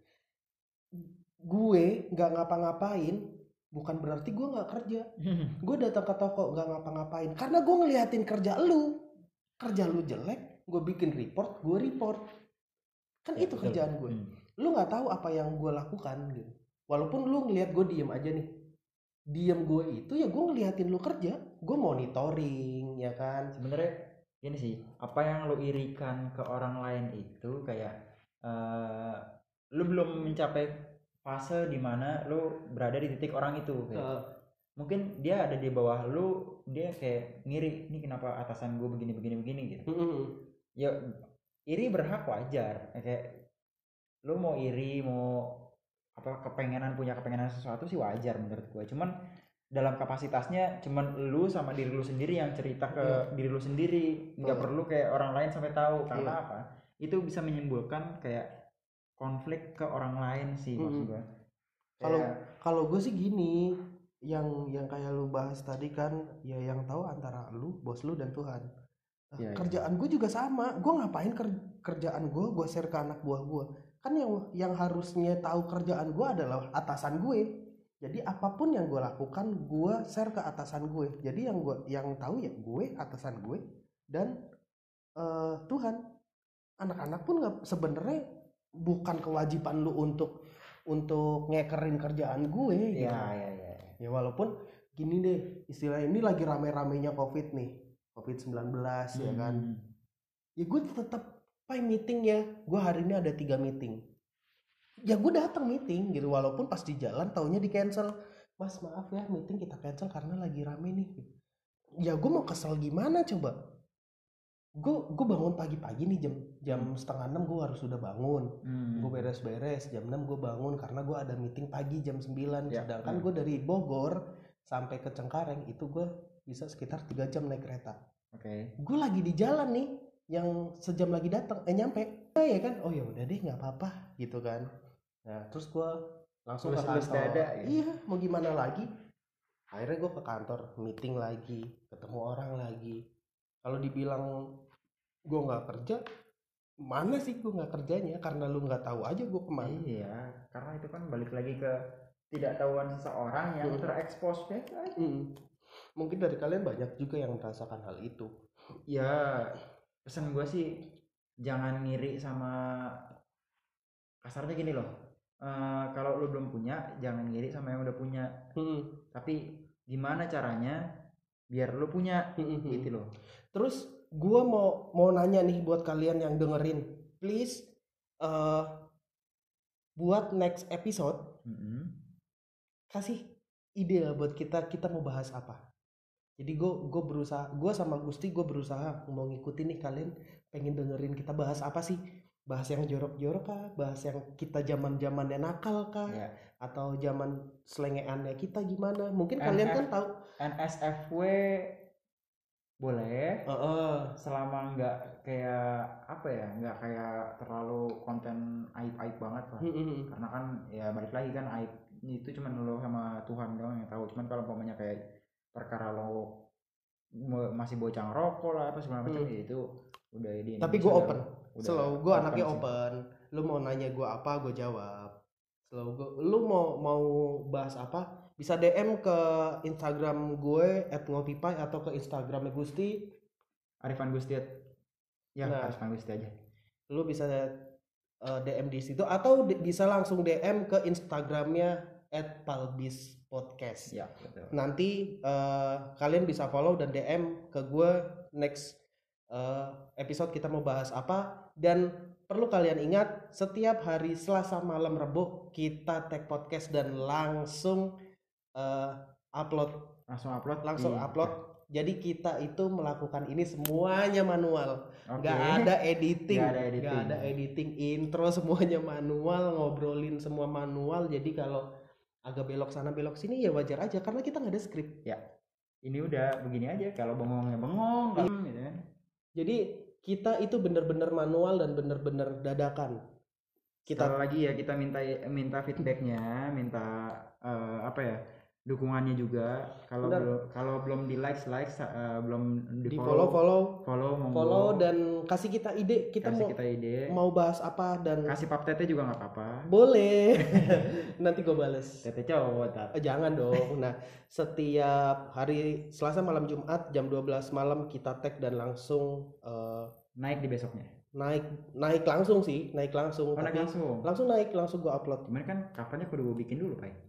Gue nggak ngapa-ngapain bukan berarti gue nggak kerja. Gue datang ke toko nggak ngapa-ngapain karena gue ngeliatin kerja lu. Kerja lu jelek, gue bikin report, gue report. Kan ya, itu betul. Kerjaan gue. Hmm. Lu nggak tahu apa yang gue lakukan gitu. Walaupun lu ngeliat gue diem aja nih. Diem gue itu ya gue ngeliatin lu kerja, gue monitoring ya kan. Sebenarnya ini sih apa yang lu irikan ke orang lain itu kayak uh, lu belum mencapai fase dimana lu berada di titik orang itu kayak. Uh. Mungkin dia ada di bawah lu, dia kayak ngiri ini kenapa atasan gue begini begini begini gitu. Uh-huh. Ya iri berhak wajar kayak lu mau iri mau apa kepengenan punya kepengenan sesuatu sih wajar menurut gue, cuman dalam kapasitasnya cuman lu sama diri lu sendiri yang cerita ke yeah. diri lu sendiri, nggak oh. perlu kayak orang lain sampai tahu karena yeah. apa itu bisa menimbulkan kayak konflik ke orang lain sih hmm. maksud gue. Kalau kalau gue sih gini, yang yang kayak lu bahas tadi kan ya yang tahu antara lu, bos lu dan Tuhan. Nah, yeah, kerjaan yeah. gue juga sama, gue ngapain ker- kerjaan gue gue share ke anak buah gue. Kan yang yang harusnya tahu kerjaan gue adalah atasan gue. Jadi apapun yang gue lakukan gue share ke atasan gue. Jadi yang gue yang tahu ya gue, atasan gue dan uh, Tuhan. Anak-anak pun nggak sebenarnya bukan kewajiban lu untuk untuk ngekerin kerjaan gue. Iya gitu. iya iya. Ya walaupun gini deh, istilah ini lagi rame-ramenya COVID nih, covid sembilan belas hmm. ya kan. Ya gue tetap meeting ya, gue hari ini ada tiga meeting. Ya gue datang meeting gitu, walaupun pas di jalan taunya di cancel. Mas maaf ya meeting kita cancel karena lagi rame nih. Ya gue mau kesel gimana coba? Gue gue bangun pagi-pagi nih jam jam setengah enam gue harus sudah bangun. Hmm. Gue beres-beres jam enam gue bangun karena gue ada meeting pagi jam sembilan. Ya, sedangkan ya. Gue dari Bogor sampai ke Cengkareng itu gue bisa sekitar tiga jam naik kereta. Oke. Okay. Gue lagi di jalan nih. Yang sejam lagi datang eh nyampe oh, ya kan oh ya udah deh nggak apa-apa gitu kan. Nah terus gue langsung Lulus, ke kantor dada, ya? Iya mau gimana lagi, akhirnya gue ke kantor meeting lagi, ketemu orang lagi. Kalau dibilang gue nggak kerja, mana sih gue nggak kerjanya, karena lu nggak tahu aja gue kemana. Iya karena itu kan balik lagi ke tidak tahuan seseorang yang hmm. terekspos ya. hmm. Mungkin dari kalian banyak juga yang merasakan hal itu. Ya pesan gue sih jangan ngiri sama, kasarnya gini loh, uh, kalau lu belum punya jangan ngiri sama yang udah punya. hmm. Tapi gimana caranya biar lu punya hmm. gitu loh. Terus gue mau mau nanya nih buat kalian yang dengerin, please uh, buat next episode hmm. kasih ide lah buat kita kita mau bahas apa. Jadi gue gue berusaha, gue sama Gusti gue berusaha mau ngikutin nih kalian pengen dengerin kita bahas apa sih? Bahas yang jorok-jorok kah? Bahas yang kita zaman-zamannya nakal kah? Yeah. Atau zaman selengeannya kita gimana? Mungkin N F, kalian kan tahu N S F W boleh. Uh-uh. Selama nggak kayak apa ya, nggak kayak terlalu konten aib-aib banget lah. Mm-hmm. Karena kan ya balik lagi kan aib itu cuma lo sama Tuhan doang yang tahu. Cuman kalau umpamanya kayak perkara lo masih bocah rokok lah apa segala macam hmm. itu udah di tapi gue open selalu gue anaknya sih. Open lu mau nanya gue apa gue jawab selalu gue lu mau mau bahas apa bisa D M ke Instagram gue at ngopipai atau ke Instagramnya Gusti Arifan Gusti. Ya, Nah. Arifan Gusti aja. lu bisa uh, D M di situ atau di- bisa langsung D M ke Instagramnya at palbis podcast. Ya, betul. Nanti uh, kalian bisa follow dan D M ke gue next uh, episode kita mau bahas apa. Dan perlu kalian ingat, setiap hari Selasa malam Rebo kita tag podcast dan langsung uh, upload Langsung upload. langsung di- upload. Jadi kita itu melakukan ini semuanya manual. Oke. Nggak ada editing, Nggak ada editing. nggak ada editing, intro semuanya manual, ngobrolin semua manual. Jadi kalau agak belok sana belok sini ya wajar aja karena kita nggak ada skrip. Ya. Ini udah begini aja, kalau bengongnya bengong, kalau gitu kan. Jadi kita itu bener-bener manual dan bener-bener dadakan. Kita Sekali lagi ya kita minta minta feedbacknya, minta eh, apa ya? Dukungannya juga. Kalau Benar. belum kalau belum di like like belum di, di follow follow follow monggo. follow dan kasih kita ide kita kasih mau kita ide. mau bahas apa dan Kasih pap tete juga nggak apa-apa. boleh. Nanti gue bales. Tete cowok tar. Eh, jangan dong. Nah, setiap hari Selasa malam Jumat jam dua belas malam kita tag dan langsung eh, Naik di besoknya. naik naik langsung sih, naik langsung. Oh, naik Tapi langsung. langsung naik, langsung gua upload. Cuman kan covernya kudu gue bikin dulu, Pak.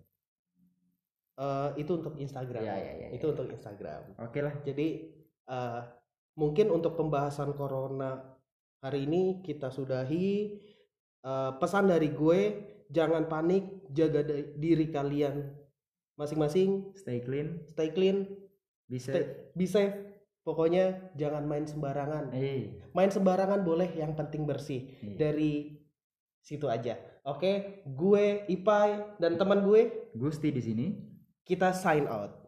Eh, itu untuk Instagram. Ya, ya, ya, itu ya. untuk Instagram. Oke lah. Jadi eh, mungkin untuk pembahasan corona hari ini kita sudahi. Eh, pesan dari gue, jangan panik, jaga de- diri kalian masing-masing, Stay clean, stay clean, bisa. stay, be safe. Pokoknya jangan main sembarangan. Eh, Main sembarangan boleh, yang penting bersih. Iya. Dari situ aja. Oke, gue Ipai dan teman gue Gusti di sini. kita sign out.